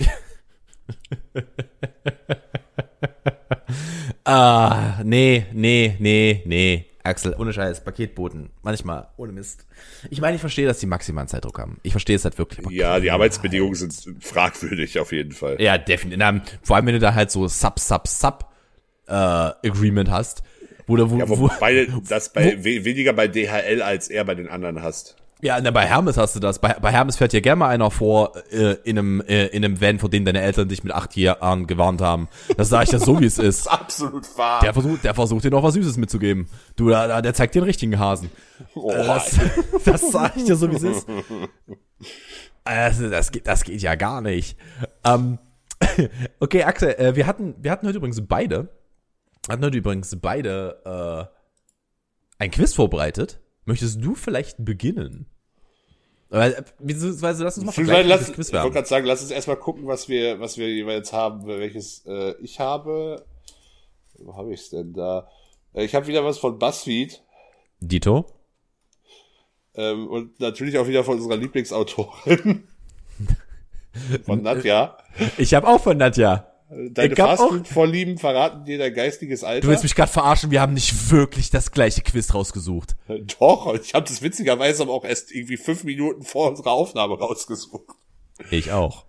Ah, nee, nee, nee, nee. Axel, ohne Scheiß, Paketboten. Manchmal, ohne Mist. Ich meine, ich verstehe, dass die maximalen Zeitdruck haben. Ich verstehe es halt wirklich. Aber Ja, die Arbeitsbedingungen sind fragwürdig auf jeden Fall. Ja, definitiv. Na, vor allem, wenn du da halt so Sub, Sub, Sub äh, Agreement hast. Wo, du- wo, Ja, wo, wobei das bei we, weniger bei D H L als eher bei den anderen hast. Ja, na, bei Hermes hast du das. Bei, bei Hermes fährt hier gerne mal einer vor äh, in einem äh, in einem Van, vor dem deine Eltern dich mit acht Jahren gewarnt haben. Das sage ich dir so, wie es ist. Absolut wahr. Der versucht, der versucht dir noch was Süßes mitzugeben. Du, da, da- der zeigt dir den richtigen Hasen. Oh, Äh, das das sage ich dir so, wie es ist. Äh, Das, das, geht, das geht ja gar nicht. Ähm, okay, Axel, äh, wir hatten wir hatten heute übrigens beide, hatten heute übrigens beide äh, ein Quiz vorbereitet. Möchtest du vielleicht beginnen? Weil, beziehungsweise lass uns mal vergleichen, lass, wie das ich Quiz wollte werden. gerade sagen, lass uns erstmal gucken, was wir, was wir jeweils haben, welches äh, ich habe. Wo habe ich's denn da? Äh, ich habe wieder was von BuzzFeed Dito? ähm, und natürlich auch wieder von unserer Lieblingsautorin. Von Nadja. Ich habe auch von Nadja. Deine Ich hab auch- Fastfood-Vorlieben verraten dir dein geistiges Alter. Du willst mich gerade verarschen, wir haben nicht wirklich das gleiche Quiz rausgesucht. Doch, und ich habe das witzigerweise aber auch erst irgendwie fünf Minuten vor unserer Aufnahme rausgesucht. Ich auch.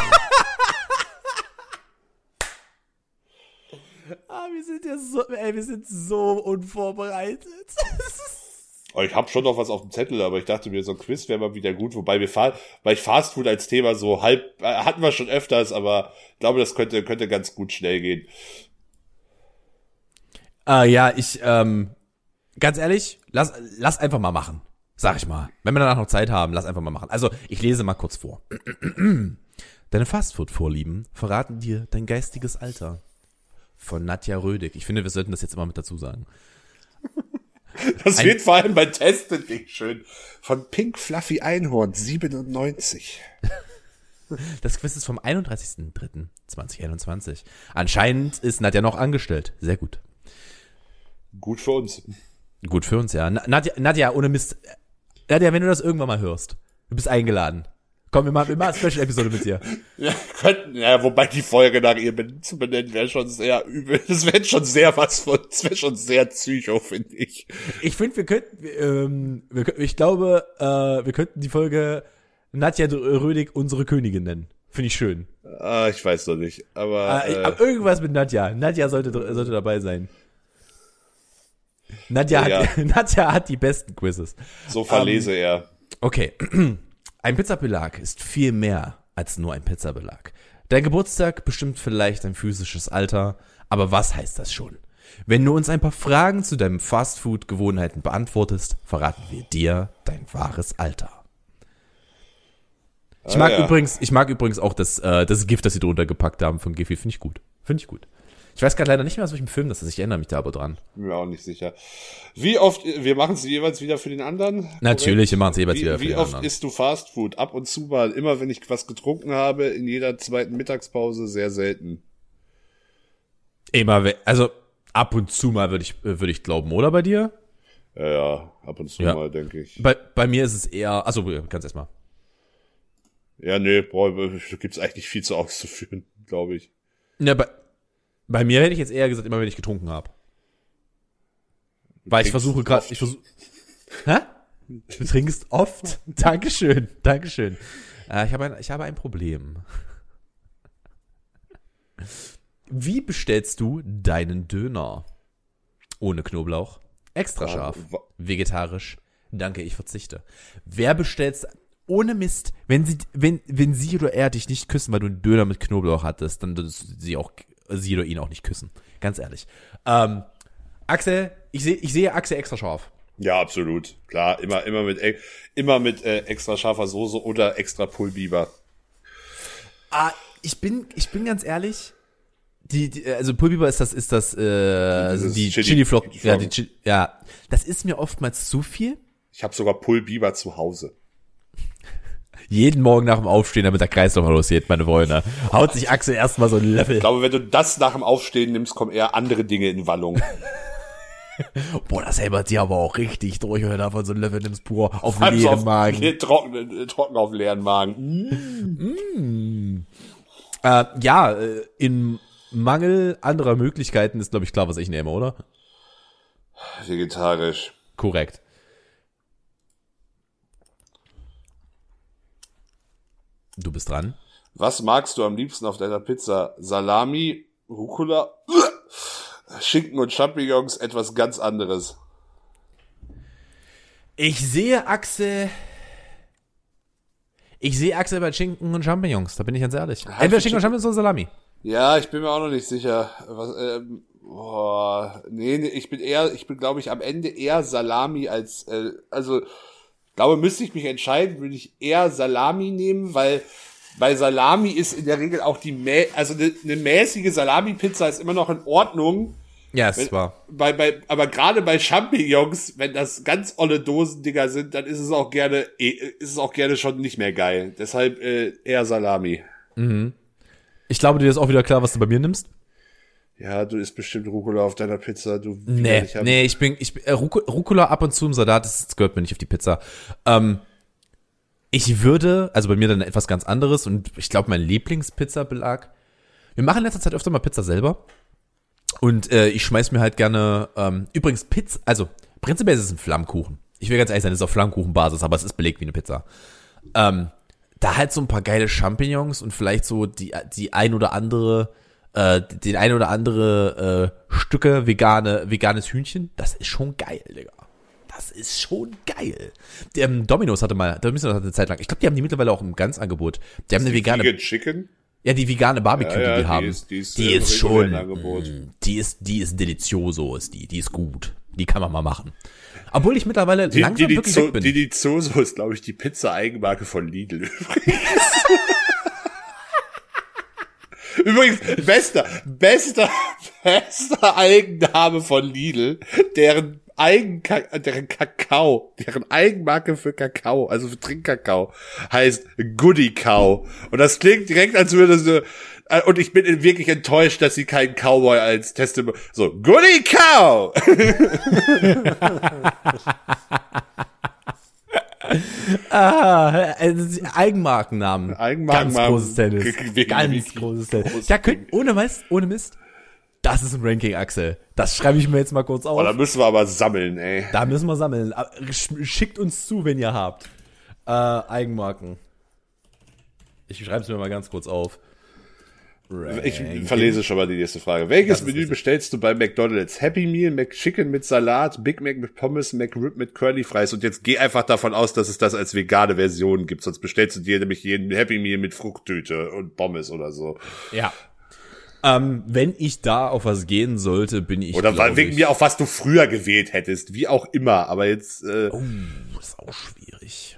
Ah, wir sind ja so, ey, wir sind so unvorbereitet. Aber ich habe schon noch was auf dem Zettel, aber ich dachte mir, so ein Quiz wäre mal wieder gut, wobei wir fahren, weil ich Fastfood als Thema so halb, äh, hatten wir schon öfters, aber ich glaube, das könnte, könnte ganz gut schnell gehen. Ah, ja, ich, ähm, ganz ehrlich, lass, lass einfach mal machen. Sag ich mal. Wenn wir danach noch Zeit haben, lass einfach mal machen. Also, ich lese mal kurz vor. Deine Fastfood-Vorlieben verraten dir dein geistiges Alter. Von Nadja Rödig. Ich finde, wir sollten das jetzt immer mit dazu sagen. Das Ein- wird vor allem bei Testen nicht schön. Von Pink Fluffy Einhorn, siebenundneunzig. Das Quiz ist vom einunddreißigsten dritten zweitausendeinundzwanzig. Anscheinend ist Nadja noch angestellt. Sehr gut. Gut für uns. Gut für uns, ja. Na- Nadja, Nadja, ohne Mist. Nadja, wenn du das irgendwann mal hörst, du bist eingeladen. Komm, wir machen, wir machen eine Special-Episode mit dir. Ja, könnten, ja, wobei die Folge nach ihr ben- zu benennen wäre schon sehr übel. Das wäre schon sehr was von, das wäre schon sehr psycho, finde ich. Ich finde, wir könnten, ähm, wir, kö- ich glaube, äh, wir könnten die Folge Nadja Rödig unsere Königin nennen. Finde ich schön. Ah, ich weiß noch nicht, aber, Äh, äh, aber irgendwas mit Nadja. Nadja sollte, sollte dabei sein. Nadja, Ja, hat, Nadja hat die besten Quizzes. so verlese er. Okay. Ein Pizzabelag ist viel mehr als nur ein Pizzabelag. Dein Geburtstag bestimmt vielleicht dein physisches Alter, aber was heißt das schon? Wenn du uns ein paar Fragen zu deinen Fastfood-Gewohnheiten beantwortest, verraten wir dir dein wahres Alter. Ich mag Ah, ja. übrigens, ich mag übrigens auch das, äh, das Gift, das sie drunter gepackt haben von Giffy. Finde ich gut. Finde ich gut. Ich weiß gerade leider nicht mehr, aus welchem Film das ist. Ich erinnere mich da aber dran. Bin mir auch nicht sicher. Wie oft, wir machen es jeweils wieder für den anderen? Natürlich, wir machen es jeweils Wie, wieder für wie den oft anderen. isst du Fastfood? Ab und zu mal. Immer wenn ich was getrunken habe, in jeder zweiten Mittagspause, sehr selten. Immer, we- also ab und zu mal würde ich, äh, würde ich glauben, oder bei dir? Ja, ja, ab und zu Ja. mal, denke ich. Bei, bei mir ist es eher, also ganz erstmal. Ja, nee, boah, da gibt's eigentlich nicht viel zu auszuführen, glaube ich. Ja, bei, bei mir hätte ich jetzt eher gesagt, immer wenn ich getrunken habe. Weil ich trinkst versuche gerade, oft. ich versuche. Hä? Du trinkst oft? Dankeschön, Dankeschön. Äh, ich habe ein, ich habe ein Problem. Wie bestellst du deinen Döner? Ohne Knoblauch, extra scharf, wa- vegetarisch. Danke, ich verzichte. Wer bestellt's ohne Mist, wenn sie, wenn, wenn sie oder er dich nicht küssen, weil du einen Döner mit Knoblauch hattest, dann würdest sie auch, sie oder ihn auch nicht küssen. Ganz ehrlich. Ähm, Axel, ich sehe, ich sehe Axel extra scharf. Ja, absolut. Klar, immer, immer mit, e- immer mit äh, extra scharfer Soße oder extra Pulbiber. Ah, ich bin, ich bin ganz ehrlich. Die, die also Pulbiber ist das, ist das, äh, Dieses die Chili- Chili-Flocken. Chili Ja, die Chili, ja, das ist mir oftmals zu viel. Ich habe sogar Pulbiber zu Hause. Jeden Morgen nach dem Aufstehen, damit der Kreislauf mal losgeht, meine Freunde. Haut sich Axel erstmal so einen Löffel. Ich glaube, wenn du das nach dem Aufstehen nimmst, kommen eher andere Dinge in Wallung. Boah, das hämmert dir aber auch richtig durch, wenn du davon so einen Löffel nimmst, pur auf Also leeren auf, Magen. nee, trocken, äh, trocken auf leeren Magen. Äh, ja, äh, in Mangel anderer Möglichkeiten ist, glaube ich, klar, was ich nehme, oder? Vegetarisch. Korrekt. Du bist dran. Was magst du am liebsten auf deiner Pizza? Salami, Rucola, Schinken und Champignons, etwas ganz anderes. Ich sehe Axel. Ich sehe Axel bei Schinken und Champignons, da bin ich ganz ehrlich. Entweder Schinken und Champignons oder Salami. Ja, ich bin mir auch noch nicht sicher. Was, ähm, boah, nee, nee, ich bin eher, ich bin, glaube ich, am Ende eher Salami als, äh, also, glaube, müsste ich mich entscheiden, würde ich eher Salami nehmen, weil bei Salami ist in der Regel auch die, Mä also eine, eine mäßige Salami-Pizza ist immer noch in Ordnung. Ja, es Wenn, war. bei, bei, aber gerade bei Champignons, wenn das ganz olle Dosendinger sind, dann ist es auch gerne, eh, ist es auch gerne schon nicht mehr geil. Deshalb äh, eher Salami. Ich glaube, dir ist auch wieder klar, was du bei mir nimmst. Ja, du isst bestimmt Rucola auf deiner Pizza. Du Nee, ich hab- nee, ich bin, ich bin, äh, Ruc- Rucola ab und zu im Salat, das, das gehört mir nicht auf die Pizza. Ähm, ich würde, also bei mir dann etwas ganz anderes und ich glaube, mein Lieblingspizzabelag. Wir machen in letzter Zeit öfter mal Pizza selber. Und äh, ich schmeiß mir halt gerne, ähm, übrigens Pizza, also prinzipiell ist es ein Flammkuchen. Ich will ganz ehrlich sein, es ist auf Flammkuchenbasis, aber es ist belegt wie eine Pizza. Ähm, da halt so ein paar geile Champignons und vielleicht so die, die ein oder andere, äh, den ein oder andere äh, Stücke vegane, veganes Hühnchen, das ist schon geil, Digga. Das ist schon geil. Der, ähm, Domino's hatte mal, Domino's hatte eine Zeit lang, ich glaube, die haben die mittlerweile auch im Ganzangebot. Die haben eine vegane, Vegan Chicken? ja, die vegane Barbecue, Ja, ja, die die die haben. ist- die ist, die äh, ist im schon, regulären Angebot. mh, die ist, die ist delicioso, ist die, die ist gut. Die kann man mal machen. Obwohl ich mittlerweile Die, langsam die, die, wirklich Zo, weg bin. die, die Zoso ist, glaube ich, die Pizza-Eigenmarke von Lidl übrigens. Übrigens, bester, bester, bester Eigenname von Lidl, deren Eigen, deren Kakao, deren Eigenmarke für Kakao, also für Trinkkakao, heißt Goody Cow. Und das klingt direkt, als würde so, und ich bin wirklich enttäuscht, dass sie keinen Cowboy als Testimony, so, Goody Cow! Ah, also Eigenmarkennamen. Eigenmarkennamen. Ganz großes Tennis. Wirklich Ganz großes Tennis. großes Ja, könnt, ohne Mist, ohne Mist. Das ist ein Ranking, Axel. Das schreibe ich mir jetzt mal kurz auf. Oh, da müssen wir aber sammeln, ey. Da müssen wir sammeln. Schickt uns zu, wenn ihr habt. Äh, Eigenmarken. Ich schreibe es mir mal ganz kurz auf. Ich verlese schon mal die nächste Frage. Welches Menü richtig. bestellst du bei McDonald's? Happy Meal, McChicken mit Salat, Big Mac mit Pommes, McRib mit Curly Fries. Und jetzt geh einfach davon aus, dass es das als vegane Version gibt. Sonst bestellst du dir nämlich jeden Happy Meal mit Fruchttüte und Pommes oder so. Ja. Ähm, wenn ich da auf was gehen sollte, bin ich, Oder glaub wegen ich, mir, auf was du früher gewählt hättest. Wie auch immer. Aber jetzt... Äh, Oh, ist auch schwierig.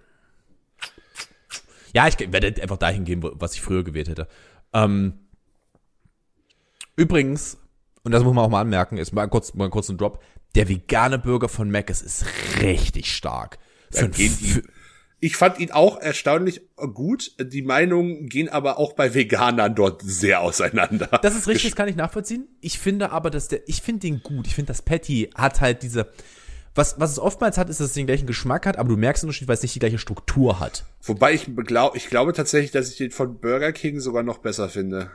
Ja, ich werde einfach dahin gehen, wo- was ich früher gewählt hätte. Ähm, übrigens, und das muss man auch mal anmerken, ist mal kurz, mal kurz ein Drop, der vegane Burger von Mc's ist richtig stark. Für ein gehen die- F- Ich fand ihn auch erstaunlich gut. Die Meinungen gehen aber auch bei Veganern dort sehr auseinander. Das ist richtig, das kann ich nachvollziehen. Ich finde aber, dass der, ich finde den gut. Ich finde, das Patty hat halt diese, was, was es oftmals hat, ist, dass es den gleichen Geschmack hat, aber du merkst den Unterschied, weil es nicht die gleiche Struktur hat. Wobei ich glaube, ich glaube tatsächlich, dass ich den von Burger King sogar noch besser finde.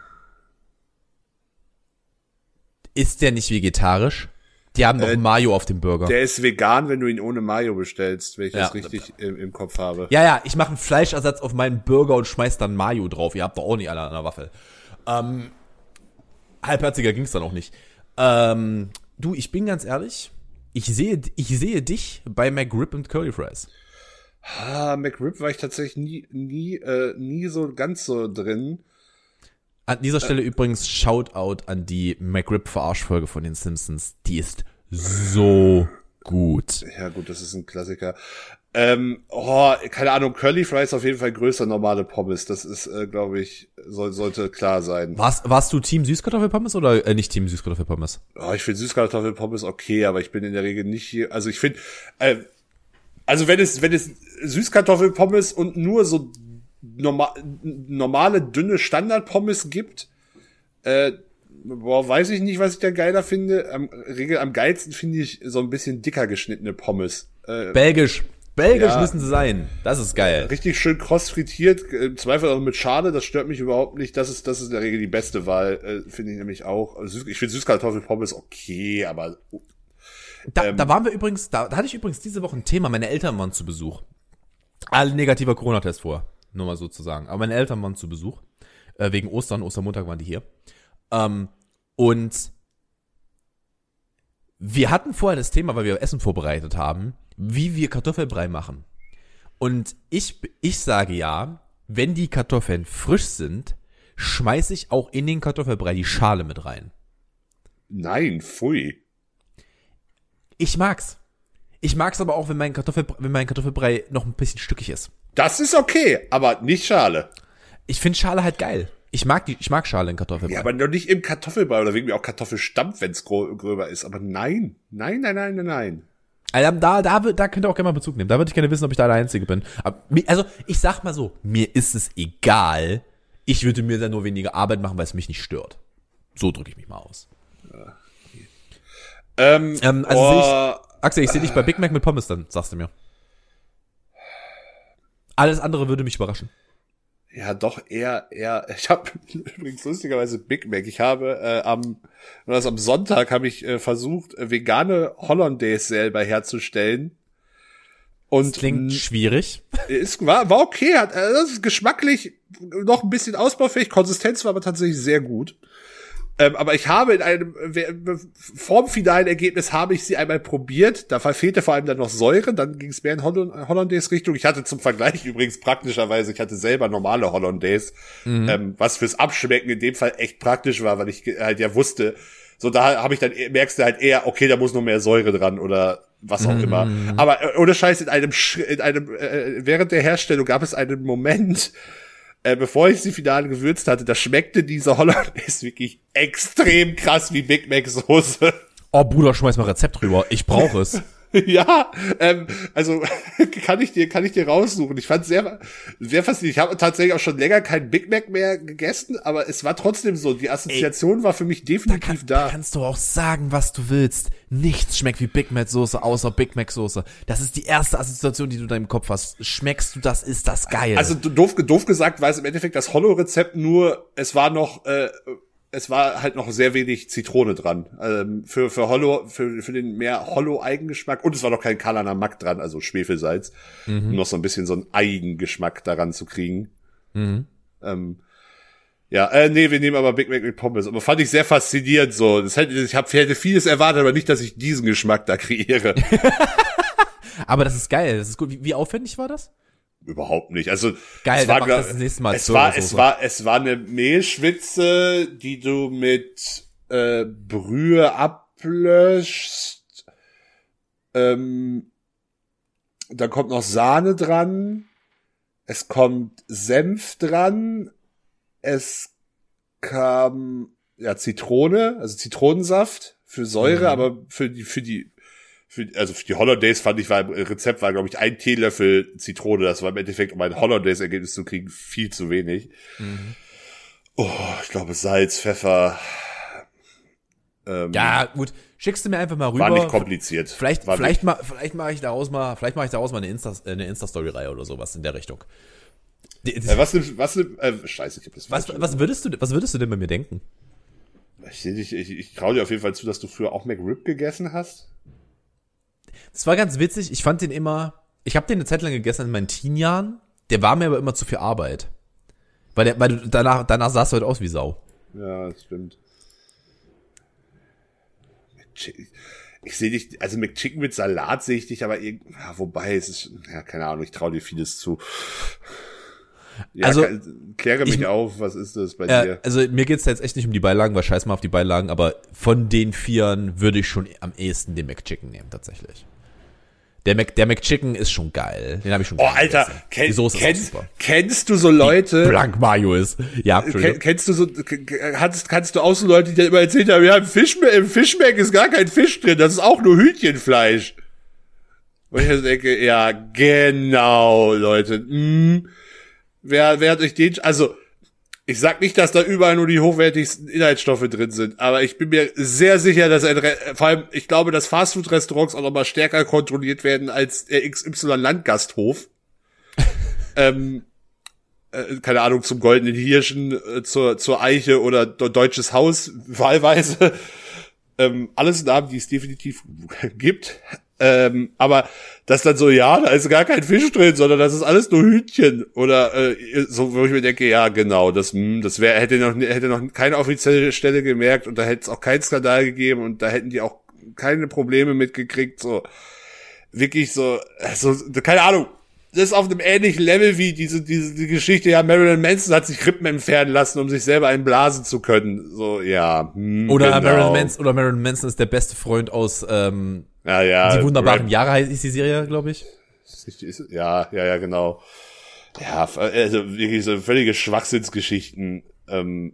Ist der nicht vegetarisch? Die haben doch Äh, Mayo auf dem Burger. Der ist vegan, wenn du ihn ohne Mayo bestellst, wenn ich Ja. das richtig im, im Kopf habe. Ja, ja, ich mache einen Fleischersatz auf meinen Burger und schmeiß dann Mayo drauf. Ihr habt doch auch nicht alle an der Waffel. Ähm, halbherziger ging's dann auch nicht. Ähm, du, ich bin ganz ehrlich, ich sehe, ich sehe dich bei McRib und Curly Fries. Ah, McRib war ich tatsächlich nie, nie, äh, nie so ganz so drin. An dieser Stelle übrigens Shoutout an die McRib-Verarschfolge von den Simpsons. Die ist so gut. Ja gut, das ist ein Klassiker. Ähm, oh, keine Ahnung, Curly Fries auf jeden Fall größer normale Pommes. Das ist, äh, glaube ich, soll, sollte klar sein. Warst, warst du Team Süßkartoffelpommes oder äh, nicht Team Süßkartoffelpommes? Oh, ich finde Süßkartoffelpommes okay, aber ich bin in der Regel nicht hier. Also ich finde, äh, also wenn es, wenn es Süßkartoffelpommes und nur so norma normale, dünne Standardpommes gibt, äh, boah, weiß ich nicht, was ich da geiler finde. Am Regel am geilsten finde ich so ein bisschen dicker geschnittene Pommes. Äh, Belgisch. Belgisch Ja. müssen sie sein. Das ist geil. richtig schön kross frittiert, im Zweifel auch mit Schale, das stört mich überhaupt nicht. Das ist, das ist in der Regel die beste Wahl, äh, finde ich nämlich auch. Also Süß- ich finde Süßkartoffelpommes okay, aber Da, Ähm. da waren wir übrigens, da, da hatte ich übrigens diese Woche ein Thema. Meine Eltern waren zu Besuch. Alle negativer Corona-Test vor, nur mal so zu sagen. Aber meine Eltern waren zu Besuch. Äh, wegen Ostern, Ostermontag waren die hier. Ähm, und wir hatten vorher das Thema, weil wir Essen vorbereitet haben, wie wir Kartoffelbrei machen. Und ich, ich sage ja, wenn die Kartoffeln frisch sind, schmeiße ich auch in den Kartoffelbrei die Schale mit rein. nein, pfui. Ich mag's. Ich mag's aber auch, wenn mein, Kartoffel, wenn mein Kartoffelbrei noch ein bisschen stückig ist. Das ist okay, aber nicht Schale. Ich finde Schale halt geil. Ich mag die, ich mag Schale in Kartoffelbrei. Ja, aber noch nicht im Kartoffelbrei oder wegen mir auch Kartoffelstampf, wenn es gröber ist. Aber nein, nein, nein, nein, nein, nein. Also da, da, da könnt ihr auch gerne mal Bezug nehmen. Da würde ich gerne wissen, ob ich da der Einzige bin. Aber, mi- also, ich sag mal so, mir ist es egal. Ich würde mir dann nur weniger Arbeit machen, weil es mich nicht stört. So drücke ich mich mal aus. Ähm, Ähm, also oh, seh ich, Axel, ich sehe dich bei Big Mac mit Pommes dann, sagst du mir. Alles andere würde mich überraschen. ja, doch eher, eher. Ich habe übrigens lustigerweise Big Mac. Ich habe äh, am, was am Sonntag habe ich äh, versucht, äh, vegane Hollandaise selber herzustellen. Und Klingt schwierig. es war, war okay, hat, äh, das ist geschmacklich noch ein bisschen ausbaufähig, Konsistenz war aber tatsächlich sehr gut. Ähm, aber ich habe in einem, äh, vorm finalen Ergebnis habe ich sie einmal probiert, da fehlte vor allem dann noch Säure, dann ging es mehr in Holland Hollandaise-Richtung. Ich hatte zum Vergleich übrigens praktischerweise, ich hatte selber normale Hollandaise, mhm. ähm, was fürs Abschmecken in dem Fall echt praktisch war, weil ich halt ja wusste, so da habe ich dann, merkst du halt eher, okay, da muss noch mehr Säure dran oder was auch mm. immer. Aber äh, ohne Scheiß, in einem, Sch- in einem äh, während der Herstellung gab es einen Moment, äh, bevor ich sie final gewürzt hatte, da schmeckte diese Hollandaise wirklich extrem krass wie Big Mac Soße. Oh, Bruder, schmeiß mal Rezept drüber. Ich brauche es. Ja, ähm, also kann ich dir kann ich dir raussuchen. Ich fand sehr sehr faszinierend. Ich habe tatsächlich auch schon länger keinen Big Mac mehr gegessen, aber es war trotzdem so. Die Assoziation Ey, war für mich definitiv da, kann, da. da kannst du auch sagen, was du willst. Nichts schmeckt wie Big Mac Soße außer Big Mac Soße. Das ist die erste Assoziation, die du in deinem Kopf hast. Schmeckst du das? Ist das geil? Also doof doof gesagt war es im Endeffekt das Hollow-Rezept, nur es war noch äh, es war halt noch sehr wenig Zitrone dran. Ähm, für für Hollow, für für den mehr Hollow-Eigengeschmack. Und es war noch kein Kalaner Mack dran, also Schwefelsalz. Mhm. Um noch so ein bisschen so einen Eigengeschmack daran zu kriegen. Mhm. Ähm, ja, äh, nee, wir nehmen aber Big Mac mit Pommes. Aber fand ich sehr faszinierend so. Das hätte, ich hab, hätte vieles erwartet, aber nicht, dass ich diesen Geschmack da kreiere. Aber das ist geil, das ist gut. Wie, wie aufwendig war das? Überhaupt nicht. Also geil, es war, das das nächste Mal. Es war, es war, es war eine Mehlschwitze, die du mit äh, Brühe ablöschst. Ähm, dann kommt noch Sahne dran. Es kommt Senf dran. Es kam ja Zitrone, also Zitronensaft für Säure, mhm. aber für die für die Für, also für die Holidays fand ich, war im Rezept war, glaube ich, ein Teelöffel Zitrone. Das war im Endeffekt, um ein Holidays-Ergebnis zu kriegen, viel zu wenig. Mhm. Oh, ich glaube, Salz, Pfeffer. Ähm, ja, gut. Schickst du mir einfach mal rüber. War nicht kompliziert. Vielleicht, war vielleicht mal, vielleicht mache ich daraus mal, vielleicht mache ich daraus mal eine Insta, eine Insta-Story-Reihe oder sowas in der Richtung. Die, die, äh, was, was, äh, scheiße, ich hab das was, was würdest du, was würdest du denn bei mir denken? Ich, ich, ich, ich traue dir auf jeden Fall zu, dass du früher auch McRib gegessen hast. Das war ganz witzig. Ich fand den immer, ich habe den eine Zeit lang gegessen in meinen Teenie-Jahren. Der war mir aber immer zu viel Arbeit. Weil, der, weil du danach, danach sahst du halt aus wie Sau. Ja, das stimmt. Ich sehe dich, also McChicken mit Salat sehe ich dich, aber irgendwie, ja, wobei, es ist, ja, keine Ahnung, ich traue dir vieles zu. Ja, also, kann, kläre mich ich, auf, was ist das bei äh, dir? Also mir geht's da jetzt echt nicht um die Beilagen, weil scheiß mal auf die Beilagen, aber von den Vieren würde ich schon am ehesten den McChicken nehmen, tatsächlich. Der Mac, der McChicken ist schon geil. Den habe ich schon Oh, Alter, kenn, die Soße kennst, ist auch super. Kennst du so Leute? Die blank Mayo ist. Ja, kenn, Kennst du so, kannst, kannst du auch so Leute, die dir immer erzählt haben, ja, im Fischmeck, im Fischmeck ist gar kein Fisch drin, das ist auch nur Hühnchenfleisch. Und ich also denke, ja, genau, Leute. Hm, wer, wer hat euch den, also, ich sag nicht, dass da überall nur die hochwertigsten Inhaltsstoffe drin sind, aber ich bin mir sehr sicher, dass ein, vor allem, ich glaube, dass Fastfood-Restaurants auch noch mal stärker kontrolliert werden als der X Y-Landgasthof. ähm, äh, keine Ahnung, zum Goldenen Hirschen, äh, zur, zur Eiche oder Deutsches Haus, wahlweise. ähm, alles Namen, die es definitiv gibt. Ähm, aber das dann so, ja, da ist gar kein Fisch drin, sondern das ist alles nur Hühnchen. Oder äh, so, wo ich mir denke, ja, genau, das, mh, das wäre, hätte noch hätte noch keine offizielle Stelle gemerkt und da hätte es auch keinen Skandal gegeben und da hätten die auch keine Probleme mitgekriegt. So wirklich so, so keine Ahnung. Das ist auf einem ähnlichen Level wie diese diese die Geschichte, ja, Marilyn Manson hat sich Rippen entfernen lassen, um sich selber einblasen zu können. So, ja. Hm, oder, genau. Marilyn Manson, oder Marilyn Manson ist der beste Freund aus ähm, ja, ja, Die wunderbaren Rap. Jahre heißt die Serie, glaube ich. Ja, ja, ja, genau. Ja, also wirklich so völlige Schwachsinnsgeschichten. Ähm,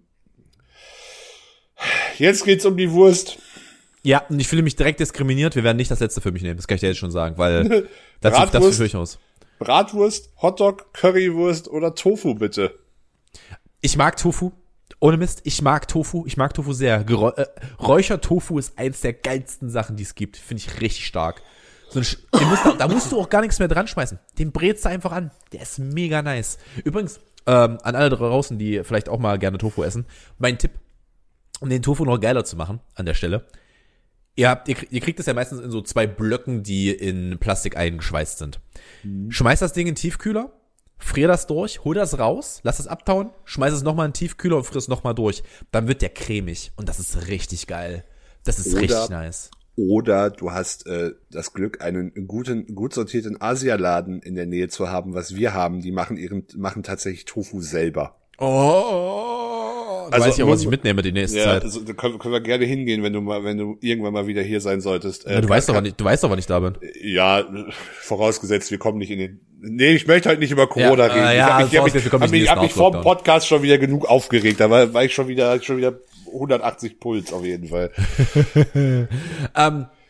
jetzt geht's um die Wurst. Ja, und ich fühle mich direkt diskriminiert. Wir werden nicht das letzte für mich nehmen. Das kann ich dir jetzt schon sagen, weil dazu, das führe ich aus. Bratwurst, Hotdog, Currywurst oder Tofu, bitte? Ich mag Tofu. Ohne Mist, ich mag Tofu. Ich mag Tofu sehr. Gerä- äh, Räuchertofu ist eins der geilsten Sachen, die es gibt. Finde ich richtig stark. So ein Sch- den musst du, da musst du auch gar nichts mehr dran schmeißen. Den brätst du einfach an. Der ist mega nice. Übrigens, ähm, an alle draußen, die vielleicht auch mal gerne Tofu essen, mein Tipp, um den Tofu noch geiler zu machen, an der Stelle. Ihr, habt, ihr, ihr kriegt das ja meistens in so zwei Blöcken, die in Plastik eingeschweißt sind. Mhm. Schmeißt das Ding in den Tiefkühler, frier das durch, hol das raus, lass es abtauen, schmeiß es nochmal in den Tiefkühler und frier es nochmal durch. Dann wird der cremig und das ist richtig geil. Das ist oder, richtig nice. Oder du hast äh, das Glück, einen guten, gut sortierten Asialaden in der Nähe zu haben, was wir haben. Die machen ihren, machen tatsächlich Tofu selber. Oh, du also, weißt ja, was ich mitnehme die nächste ja, Zeit. Also, da können, können wir gerne hingehen, wenn du mal, wenn du irgendwann mal wieder hier sein solltest. Ja, du äh, weißt kann, doch, nicht, du weißt doch, wann ich da bin. Ja, vorausgesetzt, wir kommen nicht in den. Nee, ich möchte heute nicht über Corona ja, reden. Äh, ich ja, habe mich, hab mich, hab mich, hab mich vor dem Podcast schon wieder genug aufgeregt. Da war, war ich schon wieder, schon wieder hundertachtzig Puls auf jeden Fall. ähm,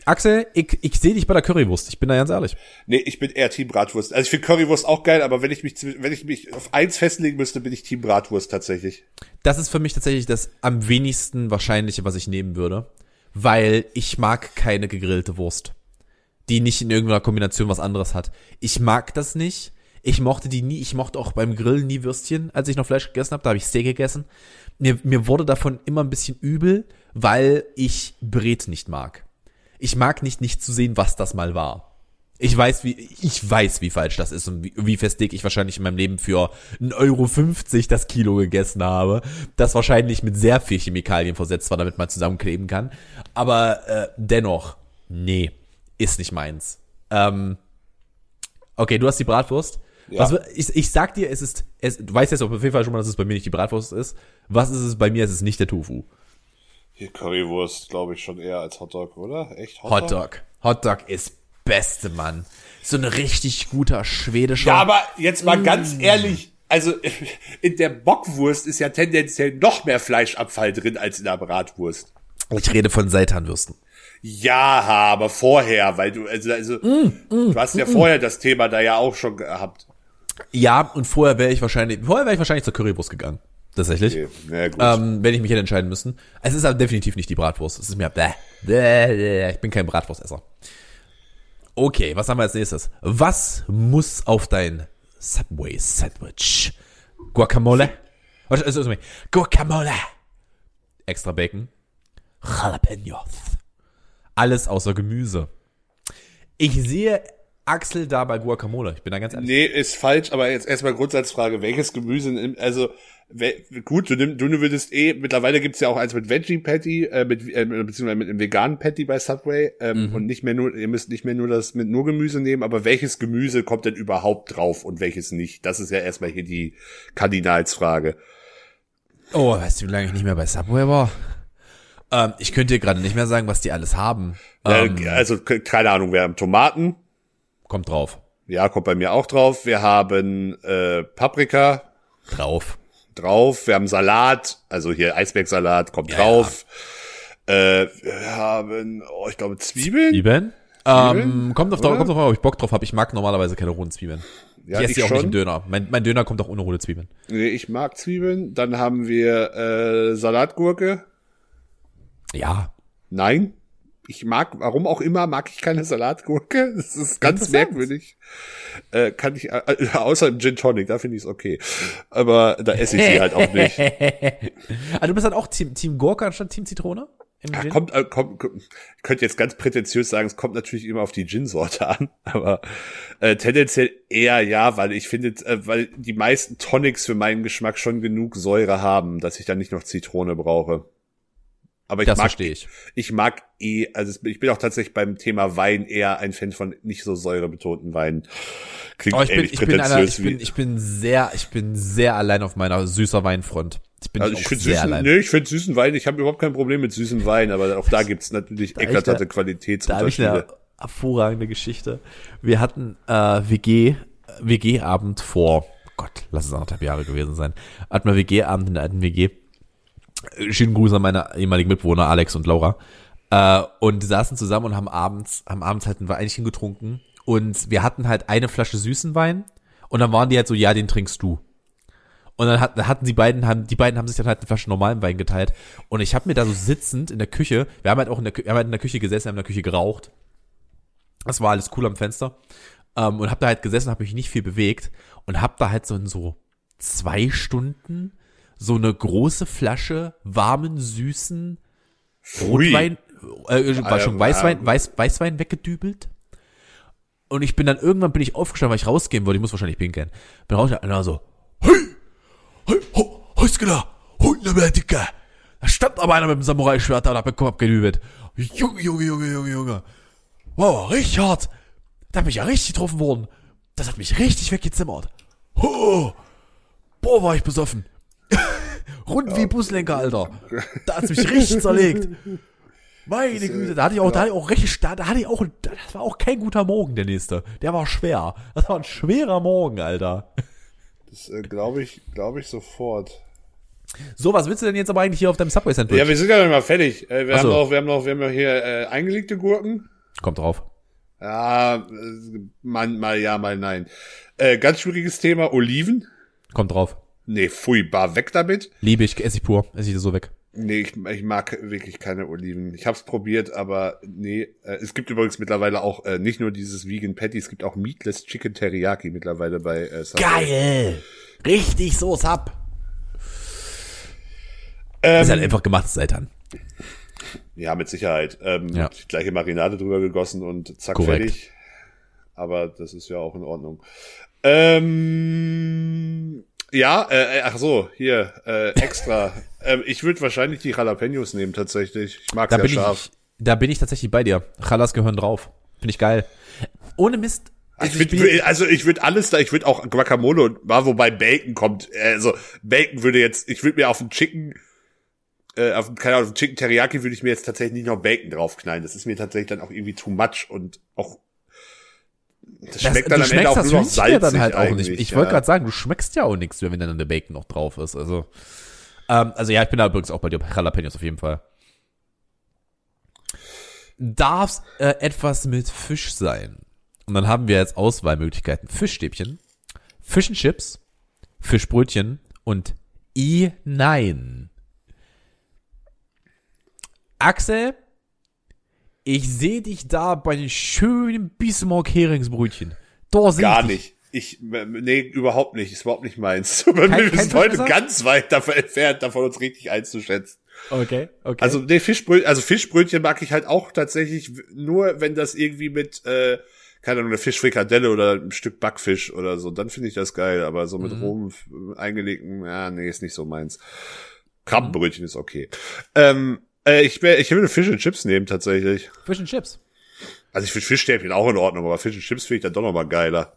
Axel, ich, ich sehe dich bei der Currywurst. Ich bin da ganz ehrlich. Nee, ich bin eher Team Bratwurst. Also ich finde Currywurst auch geil, aber wenn ich mich, wenn ich mich auf eins festlegen müsste, bin ich Team Bratwurst tatsächlich. Das ist für mich tatsächlich das am wenigsten Wahrscheinliche, was ich nehmen würde. Weil ich mag keine gegrillte Wurst, die nicht in irgendeiner Kombination was anderes hat. Ich mag das nicht. Ich mochte die nie. Ich mochte auch beim Grillen nie Würstchen, als ich noch Fleisch gegessen habe. Da habe ich Steak gegessen. Mir, mir wurde davon immer ein bisschen übel, weil ich Bret nicht mag. Ich mag nicht, nicht zu sehen, was das mal war. Ich weiß, wie, ich weiß, wie falsch das ist und wie, wie viel Steak ich wahrscheinlich in meinem Leben für ein Euro fünfzig das Kilo gegessen habe. Das wahrscheinlich mit sehr viel Chemikalien versetzt war, damit man zusammenkleben kann. Aber äh, dennoch, nee, ist nicht meins. Ähm, okay, du hast die Bratwurst. Ja. Was, ich, ich sag dir, es ist, es, du weißt jetzt auf jeden Fall schon mal, dass es bei mir nicht die Bratwurst ist. Was ist es bei mir? Es ist nicht der Tofu. Hier Currywurst, glaube ich, schon eher als Hotdog, oder? Echt Hotdog? Hotdog. Hotdog ist beste, Mann. So ein richtig guter schwedischer. Ja, aber jetzt mal mm. ganz ehrlich, also in der Bockwurst ist ja tendenziell noch mehr Fleischabfall drin als in der Bratwurst. Ich rede von Seitanwürsten. Ja, aber vorher, weil du, also, also mm, mm, du hast ja mm, vorher das Thema da ja auch schon gehabt. Ja, und vorher wäre ich wahrscheinlich, vorher wäre ich wahrscheinlich zur Currywurst gegangen. Tatsächlich. Okay, ja, gut. Ähm, wenn ich mich hätte entscheiden müssen. Es ist aber definitiv nicht die Bratwurst. Es ist mir, bäh, bäh, bäh. Ich bin kein Bratwurstesser. Okay, was haben wir als nächstes? Was muss auf dein Subway Sandwich? Guacamole? Warte, also, also, Guacamole. Extra Bacon. Jalapenos. Alles außer Gemüse. Ich sehe Axel da bei Guacamole. Ich bin da ganz ehrlich. Nee, ist falsch, aber jetzt erstmal Grundsatzfrage. Welches Gemüse, also, gut, du, nimm, du würdest eh, mittlerweile gibt's ja auch eins mit Veggie Patty, äh, mit, äh, beziehungsweise mit einem veganen Patty bei Subway, ähm, mhm. und nicht mehr nur, ihr müsst nicht mehr nur das mit nur Gemüse nehmen, aber welches Gemüse kommt denn überhaupt drauf und welches nicht? Das ist ja erstmal hier die Kardinalsfrage. Oh, weißt du, wie lange ich nicht mehr bei Subway war? Ähm, ich könnte dir gerade nicht mehr sagen, was die alles haben. Ähm, äh, also, keine Ahnung, wir haben Tomaten. Kommt drauf. Ja, kommt bei mir auch drauf. Wir haben äh, Paprika. Drauf. Drauf. Wir haben Salat, also hier Eisbergsalat, kommt ja, drauf. Ja. Äh, wir haben, oh, ich glaube Zwiebeln. Zwiebeln? Ähm, kommt auf, kommt drauf, ob ich Bock drauf habe. Ich mag normalerweise keine rohen Zwiebeln. Ja, ich esse die auch schon. Nicht im Döner. Mein, mein Döner kommt auch ohne rote Zwiebeln. Nee, ich mag Zwiebeln. Dann haben wir äh, Salatgurke. Ja. Nein. Ich mag, warum auch immer, mag ich keine Salatgurke. Das ist ganz merkwürdig. Äh, kann ich, äh, außer im Gin Tonic, da finde ich es okay. Aber da esse ich sie halt auch nicht. Also du bist dann auch Team, Team Gurke anstatt Team Zitrone? Ja, kommt, äh, kommt, kommt, ich könnte jetzt ganz prätentiös sagen, es kommt natürlich immer auf die Gin-Sorte an, aber äh, tendenziell eher ja, weil ich finde, äh, weil die meisten Tonics für meinen Geschmack schon genug Säure haben, dass ich dann nicht noch Zitrone brauche. Aber ich das mag, verstehe ich. Ich mag eh, also ich bin auch tatsächlich beim Thema Wein eher ein Fan von nicht so säurebetonten Weinen. Klingt oh, ich bin, ähnlich ich bin, prätentiös einer, ich wie. bin, ich bin sehr, ich bin sehr allein auf meiner süßer Weinfront. Ich bin also ich ich finde sehr süßen, allein. nee, ich finde süßen Wein, ich habe überhaupt kein Problem mit süßen Wein, aber auch da gibt's natürlich da eklatante eine, Qualitätsunterschiede. Da habe ich eine hervorragende Geschichte. Wir hatten äh, W G, W G-Abend vor, Gott, lass es anderthalb Jahre gewesen sein, hatten wir W G-Abend in der alten W G. Schönen Gruß an meine ehemaligen Mitbewohner Alex und Laura. Äh, und die saßen zusammen und haben abends, haben abends halt ein Weinchen getrunken. Und wir hatten halt eine Flasche süßen Wein. Und dann waren die halt so, ja, den trinkst du. Und dann hatten, hatten die beiden, haben, die beiden haben sich dann halt eine Flasche normalen Wein geteilt. Und ich habe mir da so sitzend in der Küche, wir haben halt auch in der, wir haben halt in der Küche gesessen, wir haben in der Küche geraucht. Das war alles cool am Fenster. Ähm, und hab da halt gesessen, habe mich nicht viel bewegt. Und hab da halt so in so zwei Stunden so eine große Flasche warmen, süßen Rotwein, äh, war schon Weißwein, Weiß, Weißwein weggedübelt. Und ich bin dann, irgendwann bin ich aufgestanden, weil ich rausgehen wollte, ich muss wahrscheinlich pinkeln. Bin rausgegangen und dann so, hey, hey, ho, Huskela, Hundebertika. Da stand aber einer mit dem Samurai-Schwert da und hab bekommen, hab gedübelt. Junge, Junge, Junge, Junge, Junge. Wow, richtig hart. Da bin ich ja richtig getroffen worden. Das hat mich richtig weggezimmert. Oh, boah, war ich besoffen. Rund ja. Wie Buslenker, Alter. Da hat's mich richtig zerlegt. Meine das, Güte, da hatte ich auch, ja. da hatte ich auch richtig, da, da hatte ich auch, das war auch kein guter Morgen, der nächste. Der war schwer. Das war ein schwerer Morgen, Alter. Das äh, glaube ich, glaube ich sofort. So, was willst du denn jetzt aber eigentlich hier auf deinem Subway Sandwich? Ja, wir sind ja noch mal fertig. Äh, wir Ach haben so. noch, wir haben noch, wir haben noch hier äh, eingelegte Gurken. Kommt drauf. Ja, mal, mal ja, mal nein. Äh, ganz schwieriges Thema, Oliven. Kommt drauf. Nee, pfui, bar weg damit. Liebe ich, esse ich pur, esse ich das so weg. Nee, ich, ich mag wirklich keine Oliven. Ich hab's probiert, aber nee. Äh, es gibt übrigens mittlerweile auch äh, nicht nur dieses Vegan Patty, es gibt auch Meatless Chicken Teriyaki mittlerweile bei äh, Subway. Geil! Richtig so, Sub. Ähm, ist halt einfach gemachtes Seitan. Ja, mit Sicherheit. Ähm, Ja. Die gleiche Marinade drüber gegossen und zack, Korrekt. fertig. Aber das ist ja auch in Ordnung. Ähm, ja, äh, ach so, hier, äh, extra. ähm, ich würde wahrscheinlich die Jalapenos nehmen, tatsächlich. Ich mag Da sehr bin scharf. ich, da bin ich tatsächlich bei dir. Chalas gehören drauf. Finde ich geil. Ohne Mist. Ich Also ich würd, bin- also ich würde alles da, ich würde auch Guacamole und war, wobei Bacon kommt, also Bacon würde jetzt, ich würde mir auf den Chicken, äh, auf, keine Ahnung, auf den Chicken Teriyaki würde ich mir jetzt tatsächlich nicht noch Bacon draufknallen. Das ist mir tatsächlich dann auch irgendwie too much und auch, das schmeckt dann du am Ende auch das nur noch Hühnchen ja salzig dann halt auch eigentlich. nicht. Ich ja. wollte gerade sagen, du schmeckst ja auch nichts, wenn dann der Bacon noch drauf ist. Also, ähm, also ja, ich bin da übrigens auch bei dir. Jalapenos auf jeden Fall. Darf's äh, etwas mit Fisch sein? Und dann haben wir jetzt Auswahlmöglichkeiten. Fischstäbchen, Fish and Chips, Fischbrötchen und I nein. Axel, ich sehe dich da bei den schönen Bismarck-Heringsbrötchen. Da seh Gar ich dich. nicht. Ich, nee, überhaupt nicht. Ist überhaupt nicht meins. Wir kein sind heute Fischmesser? ganz weit davon entfernt, davon uns richtig einzuschätzen. Okay, okay. Also, nee, Fischbrötchen, also Fischbrötchen mag ich halt auch tatsächlich nur, wenn das irgendwie mit, äh, keine Ahnung, eine Fischfrikadelle oder ein Stück Backfisch oder so, dann finde ich das geil, aber so mit Mhm. rohem, äh, eingelegten, ja, nee, ist nicht so meins. Krabbenbrötchen ist okay. Ähm, äh, ich, wär, ich würde Fish and Chips nehmen, tatsächlich. Fish and Chips. Also ich finde Fischstäbchen auch in Ordnung, aber Fish and Chips finde ich dann doch nochmal geiler.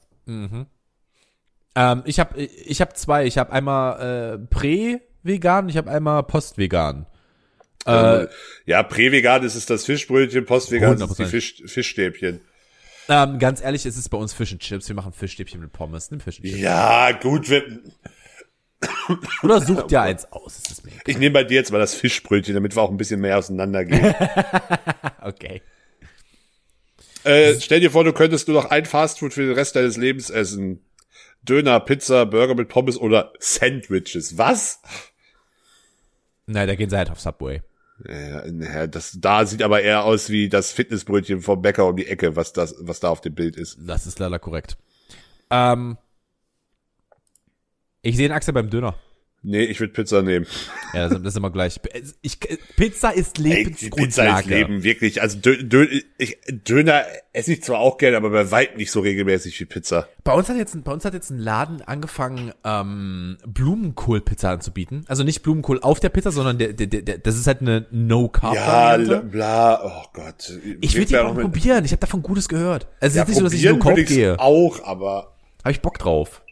Ähm, ich habe ich hab zwei. Ich habe einmal äh, Prä-Vegan, ich habe einmal Post-Vegan. Äh, Ja, Prä-Vegan ist es das Fischbrötchen, Post-Vegan ist es die hundert Prozent. Fisch, Fischstäbchen. ähm, ganz ehrlich, es ist bei uns Fish and Chips. Wir machen Fischstäbchen mit Pommes. Nimm Fish and Chips. Ja, gut, wir, Oder such dir eins aus. Das ist mir egal. ich nehme bei dir jetzt mal das Fischbrötchen, damit wir auch ein bisschen mehr auseinandergehen. Okay. äh, stell dir vor, du könntest nur noch ein Fastfood für den Rest deines Lebens essen. Döner, Pizza, Burger mit Pommes oder Sandwiches. Was? Nein, da gehen sie halt auf Subway. Ja, ja, das da sieht aber eher aus wie das Fitnessbrötchen vom Bäcker um die Ecke, was das, was da auf dem Bild ist. Das ist leider korrekt. Ähm, ich sehe den Axel beim Döner. Nee, ich würde Pizza nehmen. Ja, das, das ist immer gleich. Ich, Pizza ist Ey, die Lebensgrundlage. Pizza ist Leben, wirklich. Also Dö Dö ich, Döner esse ich zwar auch gerne, aber bei weitem nicht so regelmäßig wie Pizza. Bei uns hat jetzt, bei uns hat jetzt ein Laden angefangen, ähm, Blumenkohl-Pizza anzubieten. Also nicht Blumenkohl auf der Pizza, sondern der, der, der, das ist halt eine Ja, No-Carb-Variante. bla, oh Gott. Ich will die ja auch probieren. Ich habe davon Gutes gehört. Also es Ja, ist nicht so, dass ich nur probieren Coke würde ich's gehe. auch, aber Habe ich Bock drauf.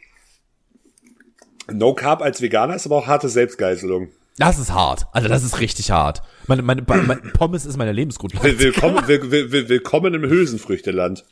No Carb als Veganer ist aber auch harte Selbstgeißelung. Das ist hart. Also das ist richtig hart. Meine, meine, meine Pommes ist meine Lebensgrundlage. Will- Willkommen, will, will, will, willkommen im Hülsenfrüchteland.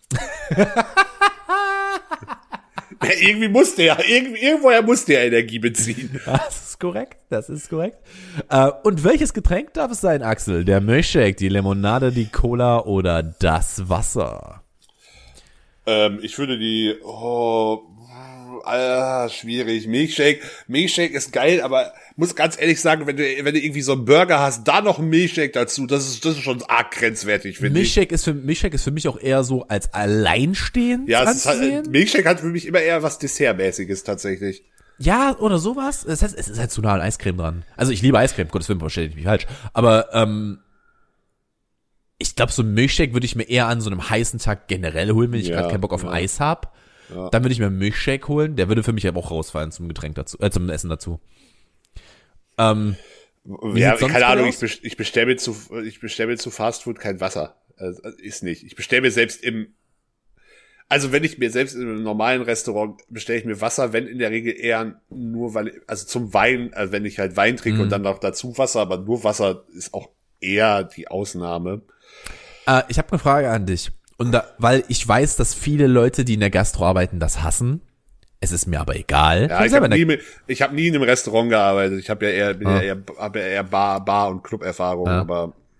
Ja, irgendwie musste ja, irgendwie, irgendwoher musste er Energie beziehen. Das ist korrekt, das ist korrekt. Äh, und welches Getränk darf es sein, Axel? Der Milchshake, die Limonade, die Cola oder das Wasser? Ähm, ich würde die, oh, ah, schwierig. Milkshake, Milkshake ist geil, aber muss ganz ehrlich sagen, wenn du, wenn du irgendwie so einen Burger hast, da noch einen Milkshake dazu, das ist, das ist schon arg grenzwertig, finde ich. Milchshake ist, für, Milchshake ist für mich auch eher so als alleinstehend Ja, es ist anzusehen. halt, Milkshake hat für mich immer eher was Dessertmäßiges tatsächlich. Ja, oder sowas. Das heißt, es ist halt zu nah an Eiscreme dran. Also ich liebe Eiscreme, Gottes Willen, verstehe ich mich falsch. Aber ähm, ich glaube, so ein Milchshake würde ich mir eher an so einem heißen Tag generell holen, wenn ich Ja, gerade keinen Bock auf ein ja. Eis hab. Ja. Dann würde ich mir einen Milchshake holen. Der würde für mich aber auch rausfallen zum Getränk dazu, äh, zum Essen dazu. Ähm, Wie Ja, sieht's sonst keine bei Ahnung, dir ich, aus? best- ich bestelle mir zu, ich bestelle mir zu Fastfood kein Wasser. Also, ist nicht. Ich bestelle mir selbst im, also wenn ich mir selbst in einem normalen Restaurant bestelle ich mir Wasser, wenn in der Regel eher nur, weil, also zum Wein, also wenn ich halt Wein trinke Mhm. und dann noch dazu Wasser, aber nur Wasser ist auch eher die Ausnahme. äh, ich habe eine Frage an dich. Und da, weil ich weiß, dass viele Leute, die in der Gastro arbeiten, das hassen. Es ist mir aber egal. Ja, hab ich selber habe in nie, der- mit- ich hab nie in einem Restaurant gearbeitet. Ich habe ja eher, bin Ah. ja eher, habe ja eher Bar, Bar und Club-Erfahrung, Ja. aber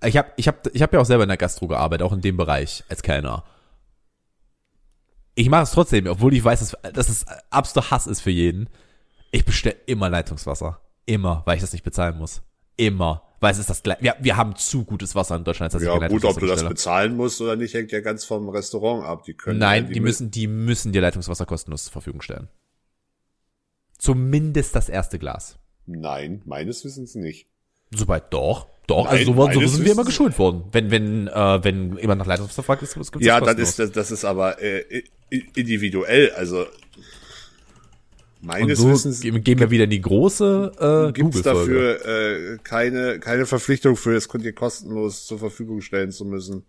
ich habe ich hab, ich hab ja auch selber in der Gastro gearbeitet, auch in dem Bereich als Kellner. Ich mache es trotzdem, obwohl ich weiß, dass, dass es absoluter Hass ist für jeden. Ich bestelle immer Leitungswasser. Immer, weil ich das nicht bezahlen muss. Immer. Weil es ist das gleiche. Wir, wir haben zu gutes Wasser in Deutschland, als dass ja, ich kein gut, ob du bestelle. das bezahlen musst oder nicht, hängt ja ganz vom Restaurant ab. Die können Nein, ja, die, die müssen, die müssen dir Leitungswasser kostenlos zur Verfügung stellen. Zumindest das erste Glas. Nein, meines Wissens nicht. Soweit doch. Doch, Nein, also so, so meines sind wir immer Wissens- geschult worden. Wenn, wenn, äh, wenn jemand nach Leitungswasser fragt, ist, gibt's Ja, das das kostenlos. ist, das, das ist aber äh, i- individuell, also Und meines so Wissens ge- gehen wir wieder in die große äh, gibt's Google-Folge. dafür äh, keine keine Verpflichtung für es dir kostenlos zur Verfügung stellen zu müssen.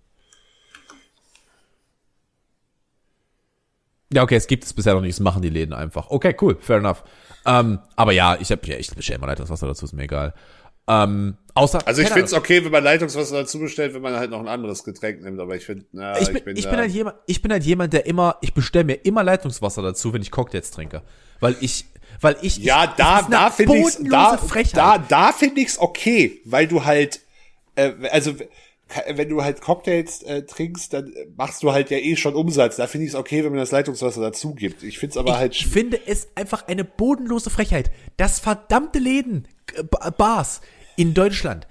Ja, okay, es gibt es bisher noch nicht, das machen die Läden einfach. Okay, cool, fair enough. Ähm, aber ja, ich hab, ja, ich bestelle immer Leitungswasser dazu, ist mir egal. Ähm, außer, Also ich keine find's okay, wenn man Leitungswasser dazu bestellt, wenn man halt noch ein anderes Getränk nimmt, aber ich finde, na, Ich bin, ich, da, bin halt jemand, ich bin halt jemand, der immer, ich bestelle mir immer Leitungswasser dazu, wenn ich Cocktails trinke. Weil ich, weil ich, ja, ich, da, es ist eine da finde ich's, bodenlose da, Frechheit. da, da finde ich's okay, weil du halt, äh, also, wenn du halt Cocktails äh, trinkst, dann machst du halt ja eh schon Umsatz. Da finde ich's okay, wenn man das Leitungswasser dazu gibt. Ich find's aber halt, Ich finde es einfach eine bodenlose Frechheit, dass verdammte Läden, äh, Ba- Bars in Deutschland,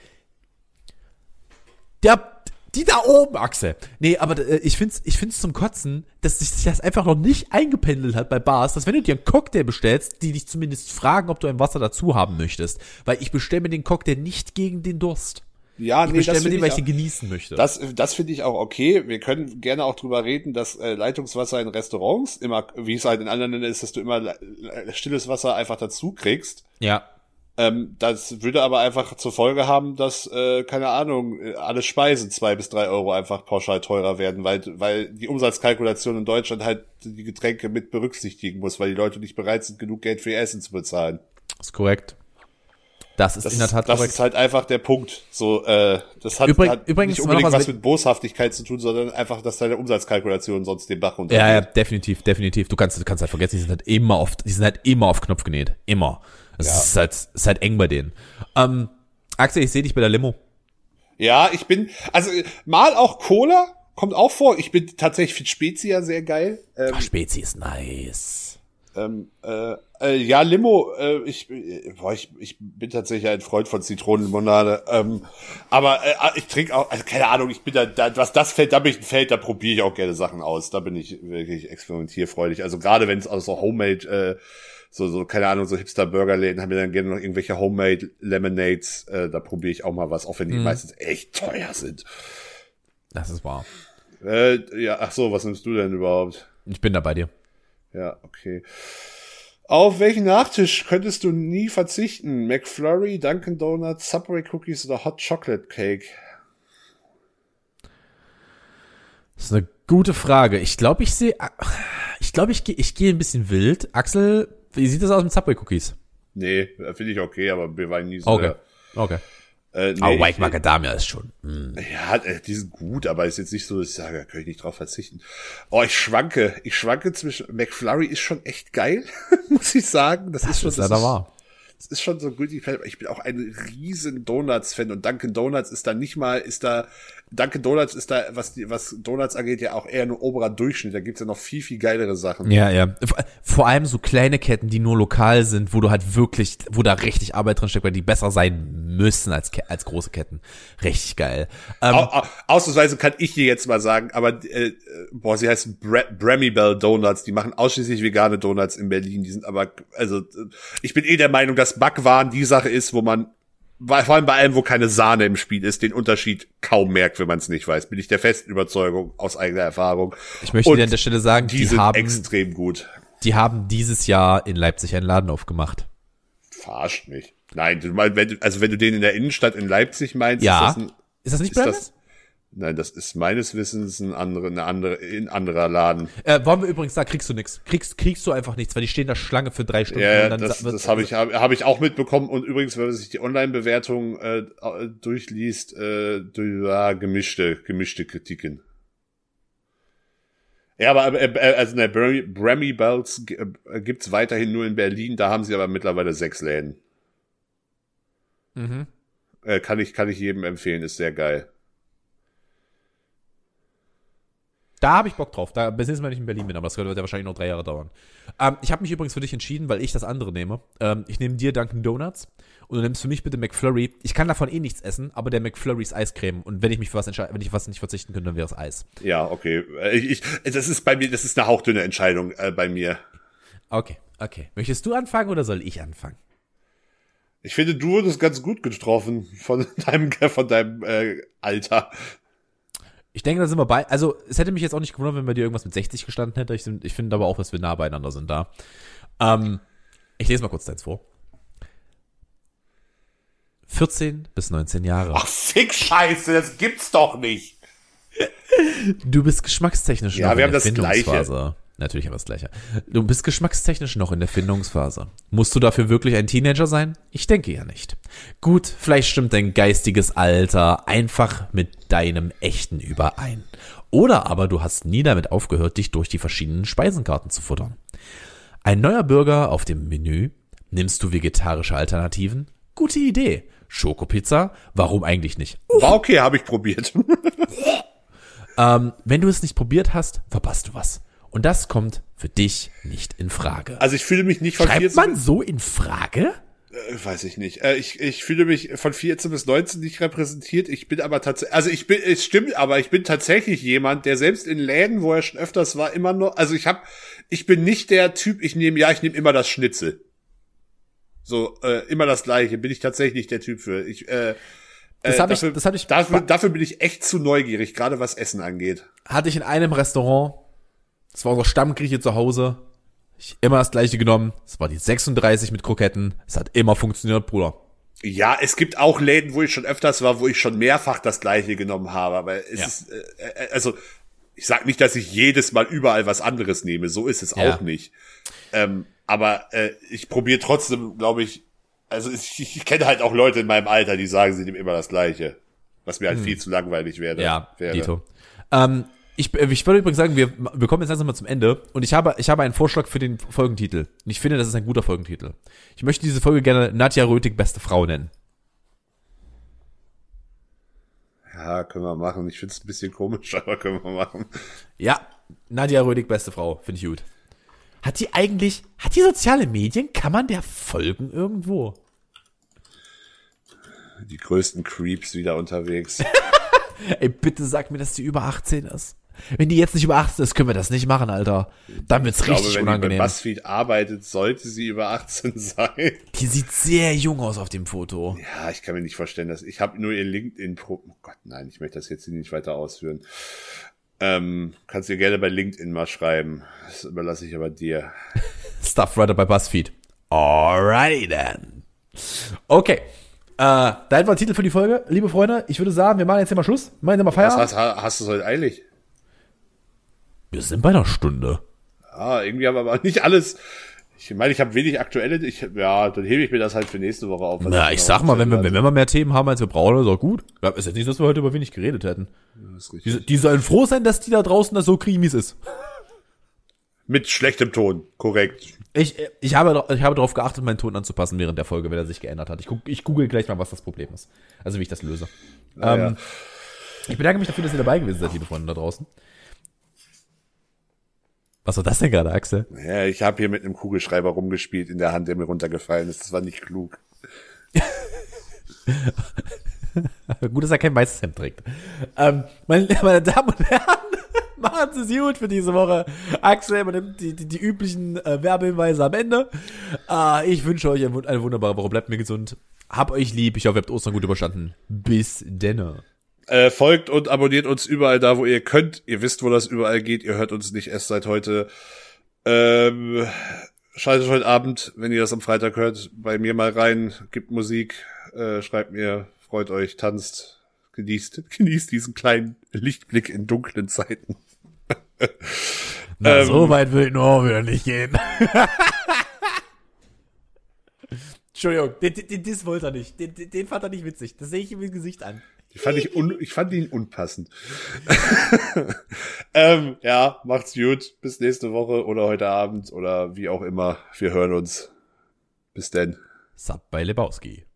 der, die da oben, Axel. Nee, aber äh, ich find's, ich find's zum Kotzen, dass sich das einfach noch nicht eingependelt hat bei Bars, dass wenn du dir einen Cocktail bestellst, die dich zumindest fragen, ob du ein Wasser dazu haben möchtest. Weil ich bestelle mir den Cocktail nicht gegen den Durst. ja, Ich nee, bestelle das mir den, finde weil ich ich den auch, genießen möchte. das, das finde ich auch okay. Wir können gerne auch drüber reden, dass äh, Leitungswasser in Restaurants immer, wie es halt in anderen Ländern ist, dass du immer le- le- stilles Wasser einfach dazu kriegst. ja. Ähm, das würde aber einfach zur Folge haben, dass, äh, keine Ahnung, äh, alle Speisen zwei bis drei Euro einfach pauschal teurer werden, weil, weil die Umsatzkalkulation in Deutschland halt die Getränke mit berücksichtigen muss, weil die Leute nicht bereit sind, genug Geld für ihr Essen zu bezahlen. Ist korrekt. Das ist Das, in der Tat das korrekt. ist halt einfach der Punkt. So, äh, das hat, Übrig- hat übrigens nicht mal noch unbedingt was was mit Boshaftigkeit zu tun, sondern einfach, dass deine Umsatzkalkulation sonst den Bach runtergeht. Ja, ja, definitiv, definitiv. Du kannst, du kannst halt vergessen, die sind halt immer auf, die sind halt immer auf Knopf genäht. Immer. Es Ja. ist halt, es ist halt eng bei denen. Ähm, Axel, ich sehe dich bei der Limo. Ja, ich bin, also mal auch Cola kommt auch vor. Ich bin tatsächlich für Spezia sehr geil. Ähm, Ach, Spezi ist nice. ähm, äh, äh, ja, Limo, äh, ich, äh, boah, ich, ich bin tatsächlich ein Freund von Zitronenlimonade. Ähm, aber äh, ich trinke auch, also keine Ahnung, ich bin da, da, was das Feld, da bin ich ein Feld, da probiere ich auch gerne Sachen aus. Da bin ich wirklich experimentierfreudig. Also gerade wenn es aus so Homemade, äh, so, so, keine Ahnung, so Hipster-Burgerläden haben wir dann gerne noch irgendwelche Homemade Lemonades, äh, da probiere ich auch mal was, auch wenn die Mhm. meistens echt teuer sind. Das ist wahr. Äh, ja, ach so, was nimmst du denn überhaupt? Ich bin da bei dir. Ja, okay. Auf welchen Nachtisch könntest du nie verzichten? McFlurry, Dunkin' Donuts, Subway Cookies oder Hot Chocolate Cake? Das ist eine gute Frage. Ich glaube, ich sehe, ich glaube, ich gehe, ich gehe ein bisschen wild. Axel, wie sieht das aus mit Subway Cookies? Nee, finde ich okay, aber wir waren nie so. Okay. Okay. Äh, nee, Aber White ich- Macadamia ist schon. mm. Ja, äh, die sind gut, aber ist jetzt nicht so, dass ich sage, da kann ich nicht drauf verzichten. Oh, ich schwanke. Ich schwanke zwischen, McFlurry ist schon echt geil, muss ich sagen. Das, Das ist schon, ist leider wahr. Das ist schon so gut. Ich bin auch ein riesen Donuts-Fan und Dunkin' Donuts ist da nicht mal, ist da, Dunkin' Donuts ist da, was die, was Donuts angeht, ja auch eher nur oberer Durchschnitt. Da gibt's ja noch viel, viel geilere Sachen. Ja, ja. Vor allem so kleine Ketten, die nur lokal sind, wo du halt wirklich, wo da richtig Arbeit drin steckt, weil die besser sein müssen als, Ke- als große Ketten. Richtig geil. Ähm, Au, au, ausnahmsweise kann ich dir jetzt mal sagen, aber äh, äh, boah, sie heißen Bre Bremibel Donuts, die machen ausschließlich vegane Donuts in Berlin, die sind aber, also äh, ich bin eh der Meinung, dass Backwaren die Sache ist, wo man, vor allem bei allem, wo keine Sahne im Spiel ist, den Unterschied kaum merkt, wenn man es nicht weiß, bin ich der festen Überzeugung aus eigener Erfahrung. ich möchte Und dir an der Stelle sagen, die, die, sind haben, extrem gut. die haben dieses Jahr in Leipzig einen Laden aufgemacht. Verarscht mich. Nein, du meinst, wenn du, also wenn du den in der Innenstadt in Leipzig meinst, Ja. ist das ein, Ist das nicht ist das, Brandes? nein, das ist meines Wissens ein andere, eine andere, ein anderer Laden. Äh, wollen wir übrigens sagen, kriegst du nichts. Kriegst, kriegst du einfach nichts, weil die stehen da Schlange für drei Stunden. Ja, und dann das, sa- das habe ich, habe hab ich auch mitbekommen. Und übrigens, wenn man sich die Online-Bewertung äh, durchliest, äh, durch, ja, gemischte, gemischte Kritiken. Ja, aber äh, äh, also ne, Bremmy Bells äh, gibt's weiterhin nur in Berlin. Da haben sie aber mittlerweile sechs Läden. Mhm. Äh, kann ich, kann ich jedem empfehlen, ist sehr geil. Da habe ich Bock drauf. Da bis jetzt mal nicht in Berlin bin, aber das wird ja wahrscheinlich noch drei Jahre dauern. Ähm, ich habe mich übrigens für dich entschieden, weil ich das andere nehme. Ähm, ich nehme dir Dunkin' Donuts und du nimmst für mich bitte McFlurry. Ich kann davon eh nichts essen, aber der McFlurry ist Eiscreme. Und wenn ich mich für was entscheide, wenn ich was nicht verzichten könnte, dann wäre es Eis. Ja, okay. Ich, ich, das ist bei mir, das ist eine hauchdünne Entscheidung äh, bei mir. Okay, okay. Möchtest du anfangen oder soll ich anfangen? Ich finde, du wurdest ganz gut getroffen von deinem, von deinem äh, Alter. Ich denke, da sind wir bei. Also, es hätte mich jetzt auch nicht gewundert, wenn bei dir irgendwas mit sechzig gestanden hätte. Ich, ich finde aber auch, dass wir nah beieinander sind da. Ähm, ich lese mal kurz deins vor. vierzehn bis neunzehn Jahre. Ach, fick Scheiße, das gibt's doch nicht. Du bist geschmackstechnisch ja, noch wir in haben der das Gleiche. Findungsphase. Natürlich haben wir das Gleiche. Du bist geschmackstechnisch noch in der Findungsphase. Musst du dafür wirklich ein Teenager sein? Ich denke ja nicht. Gut, vielleicht stimmt dein geistiges Alter einfach mit deinem echten überein. Oder aber du hast nie damit aufgehört, dich durch die verschiedenen Speisenkarten zu futtern. Ein neuer Burger auf dem Menü? Nimmst du vegetarische Alternativen? Gute Idee. Schokopizza? Warum eigentlich nicht? War okay, habe ich probiert. ähm, wenn du es nicht probiert hast, verpasst du was. Und das kommt für dich nicht in Frage. Also ich fühle mich nicht von Schreibt vierzehn man so in Frage? Äh, weiß ich nicht. Äh, ich, ich fühle mich von vierzehn bis neunzehn nicht repräsentiert. Ich bin aber tatsächlich, also ich bin, es stimmt, aber ich bin tatsächlich jemand, der selbst in Läden, wo er schon öfters war, immer noch, also ich hab, ich bin nicht der Typ, ich nehme, ja, ich nehme immer das Schnitzel. So, äh, immer das Gleiche, bin ich tatsächlich nicht der Typ für. Ich, äh, Das äh, habe ich, dafür, das hatte ich, dafür, dafür bin ich echt zu neugierig, gerade was Essen angeht. hatte ich in einem Restaurant. Das war unser Stammgrieche zu Hause. Ich immer das gleiche genommen. Das war die sechsunddreißig mit Kroketten. Es hat immer funktioniert, Bruder. Ja, es gibt auch Läden, wo ich schon öfters war, wo ich schon mehrfach das Gleiche genommen habe. Aber es Ja. ist, äh, also ich sag nicht, dass ich jedes Mal überall was anderes nehme. So ist es Ja. auch nicht. Ähm, aber äh, ich probiere trotzdem, glaube ich, also ich, ich kenne halt auch Leute in meinem Alter, die sagen, sie nehmen immer das Gleiche. Was mir halt Hm. viel zu langweilig wäre. Ja, wäre. Dito. Ähm, ich, ich würde übrigens sagen, wir, wir kommen jetzt langsam mal zum Ende. Und ich habe, ich habe einen Vorschlag für den Folgentitel. Und ich finde, das ist ein guter Folgentitel. Ich möchte diese Folge gerne Nadja Rötig, beste Frau nennen. Ja, können wir machen. Ich finde es ein bisschen komisch, aber können wir machen. Ja, Nadja Rötig, beste Frau. Finde ich gut. Hat die eigentlich, hat die soziale Medien? Kann man der folgen irgendwo? Die größten Creeps wieder unterwegs. Ey, bitte sag mir, dass die über achtzehn ist. Wenn die jetzt nicht über achtzehn ist, können wir das nicht machen, Alter. Dann wird's Ich glaube, richtig wenn unangenehm. die bei BuzzFeed arbeitet, sollte sie über achtzehn sein. Die sieht sehr jung aus auf dem Foto. Ja, ich kann mir nicht vorstellen, dass ich habe nur ihr LinkedIn Pro. Oh Gott, nein, ich möchte das jetzt hier nicht weiter ausführen. Ähm, kannst dir gerne bei LinkedIn mal schreiben. Das überlasse ich aber dir. Stuffwriter bei BuzzFeed. Alrighty then. Okay. Äh, dein war Titel für die Folge. Liebe Freunde, ich würde sagen, wir machen jetzt hier mal Schluss. Machen jetzt mal Was Feierabend. hast, hast du es heute eilig? Wir sind bei einer Stunde. Ah, irgendwie haben wir aber nicht alles. Ich meine, ich habe wenig aktuelle. Ich, ja, dann hebe ich mir das halt für nächste Woche auf. Na, ich sag mal, wenn wir, wenn wir mehr Themen haben, als wir brauchen, ist auch gut. Ja, ist jetzt nicht, dass wir heute über wenig geredet hätten. Das ist richtig. Die, die sollen froh sein, dass die da draußen das so kriegen, wie es ist. Mit schlechtem Ton, korrekt. Ich, ich habe, ich habe darauf geachtet, meinen Ton anzupassen während der Folge, wenn er sich geändert hat. Ich, guck, ich google gleich mal, was das Problem ist. Also, wie ich das löse. Ah, ähm, ja. Ich bedanke mich dafür, dass ihr dabei gewesen seid, liebe Freunde da draußen. Was war das denn gerade, Axel? Ja, ich habe hier mit einem Kugelschreiber rumgespielt in der Hand, der mir runtergefallen ist. Das war nicht klug. Gut, dass er kein weißes Hemd trägt. Ähm, meine, meine Damen und Herren, machen Sie es gut für diese Woche. Axel übernimmt die, die, die üblichen äh, Werbehinweise am Ende. Äh, ich wünsche euch eine, eine wunderbare Woche. Bleibt mir gesund. Hab euch lieb. Ich hoffe, ihr habt Ostern gut überstanden. Bis denne. Äh, folgt und abonniert uns überall da, wo ihr könnt. Ihr wisst, wo das überall geht. Ihr hört uns nicht erst seit heute. Ähm, schaltet heute Abend, wenn ihr das am Freitag hört, bei mir mal rein. Gibt Musik. Äh, schreibt mir, freut euch, tanzt, genießt, genießt diesen kleinen Lichtblick in dunklen Zeiten. Na, Ähm, so weit will ich nur auch wieder nicht gehen. Entschuldigung, den, den, das wollte er nicht. Den, den, den fand er nicht witzig. Das sehe ich ihm im Gesicht an. Ich fand, ich, un, ich fand ihn unpassend. ähm, ja, macht's gut. Bis nächste Woche oder heute Abend oder wie auch immer. Wir hören uns. Bis denn. Sub bei Lebowski.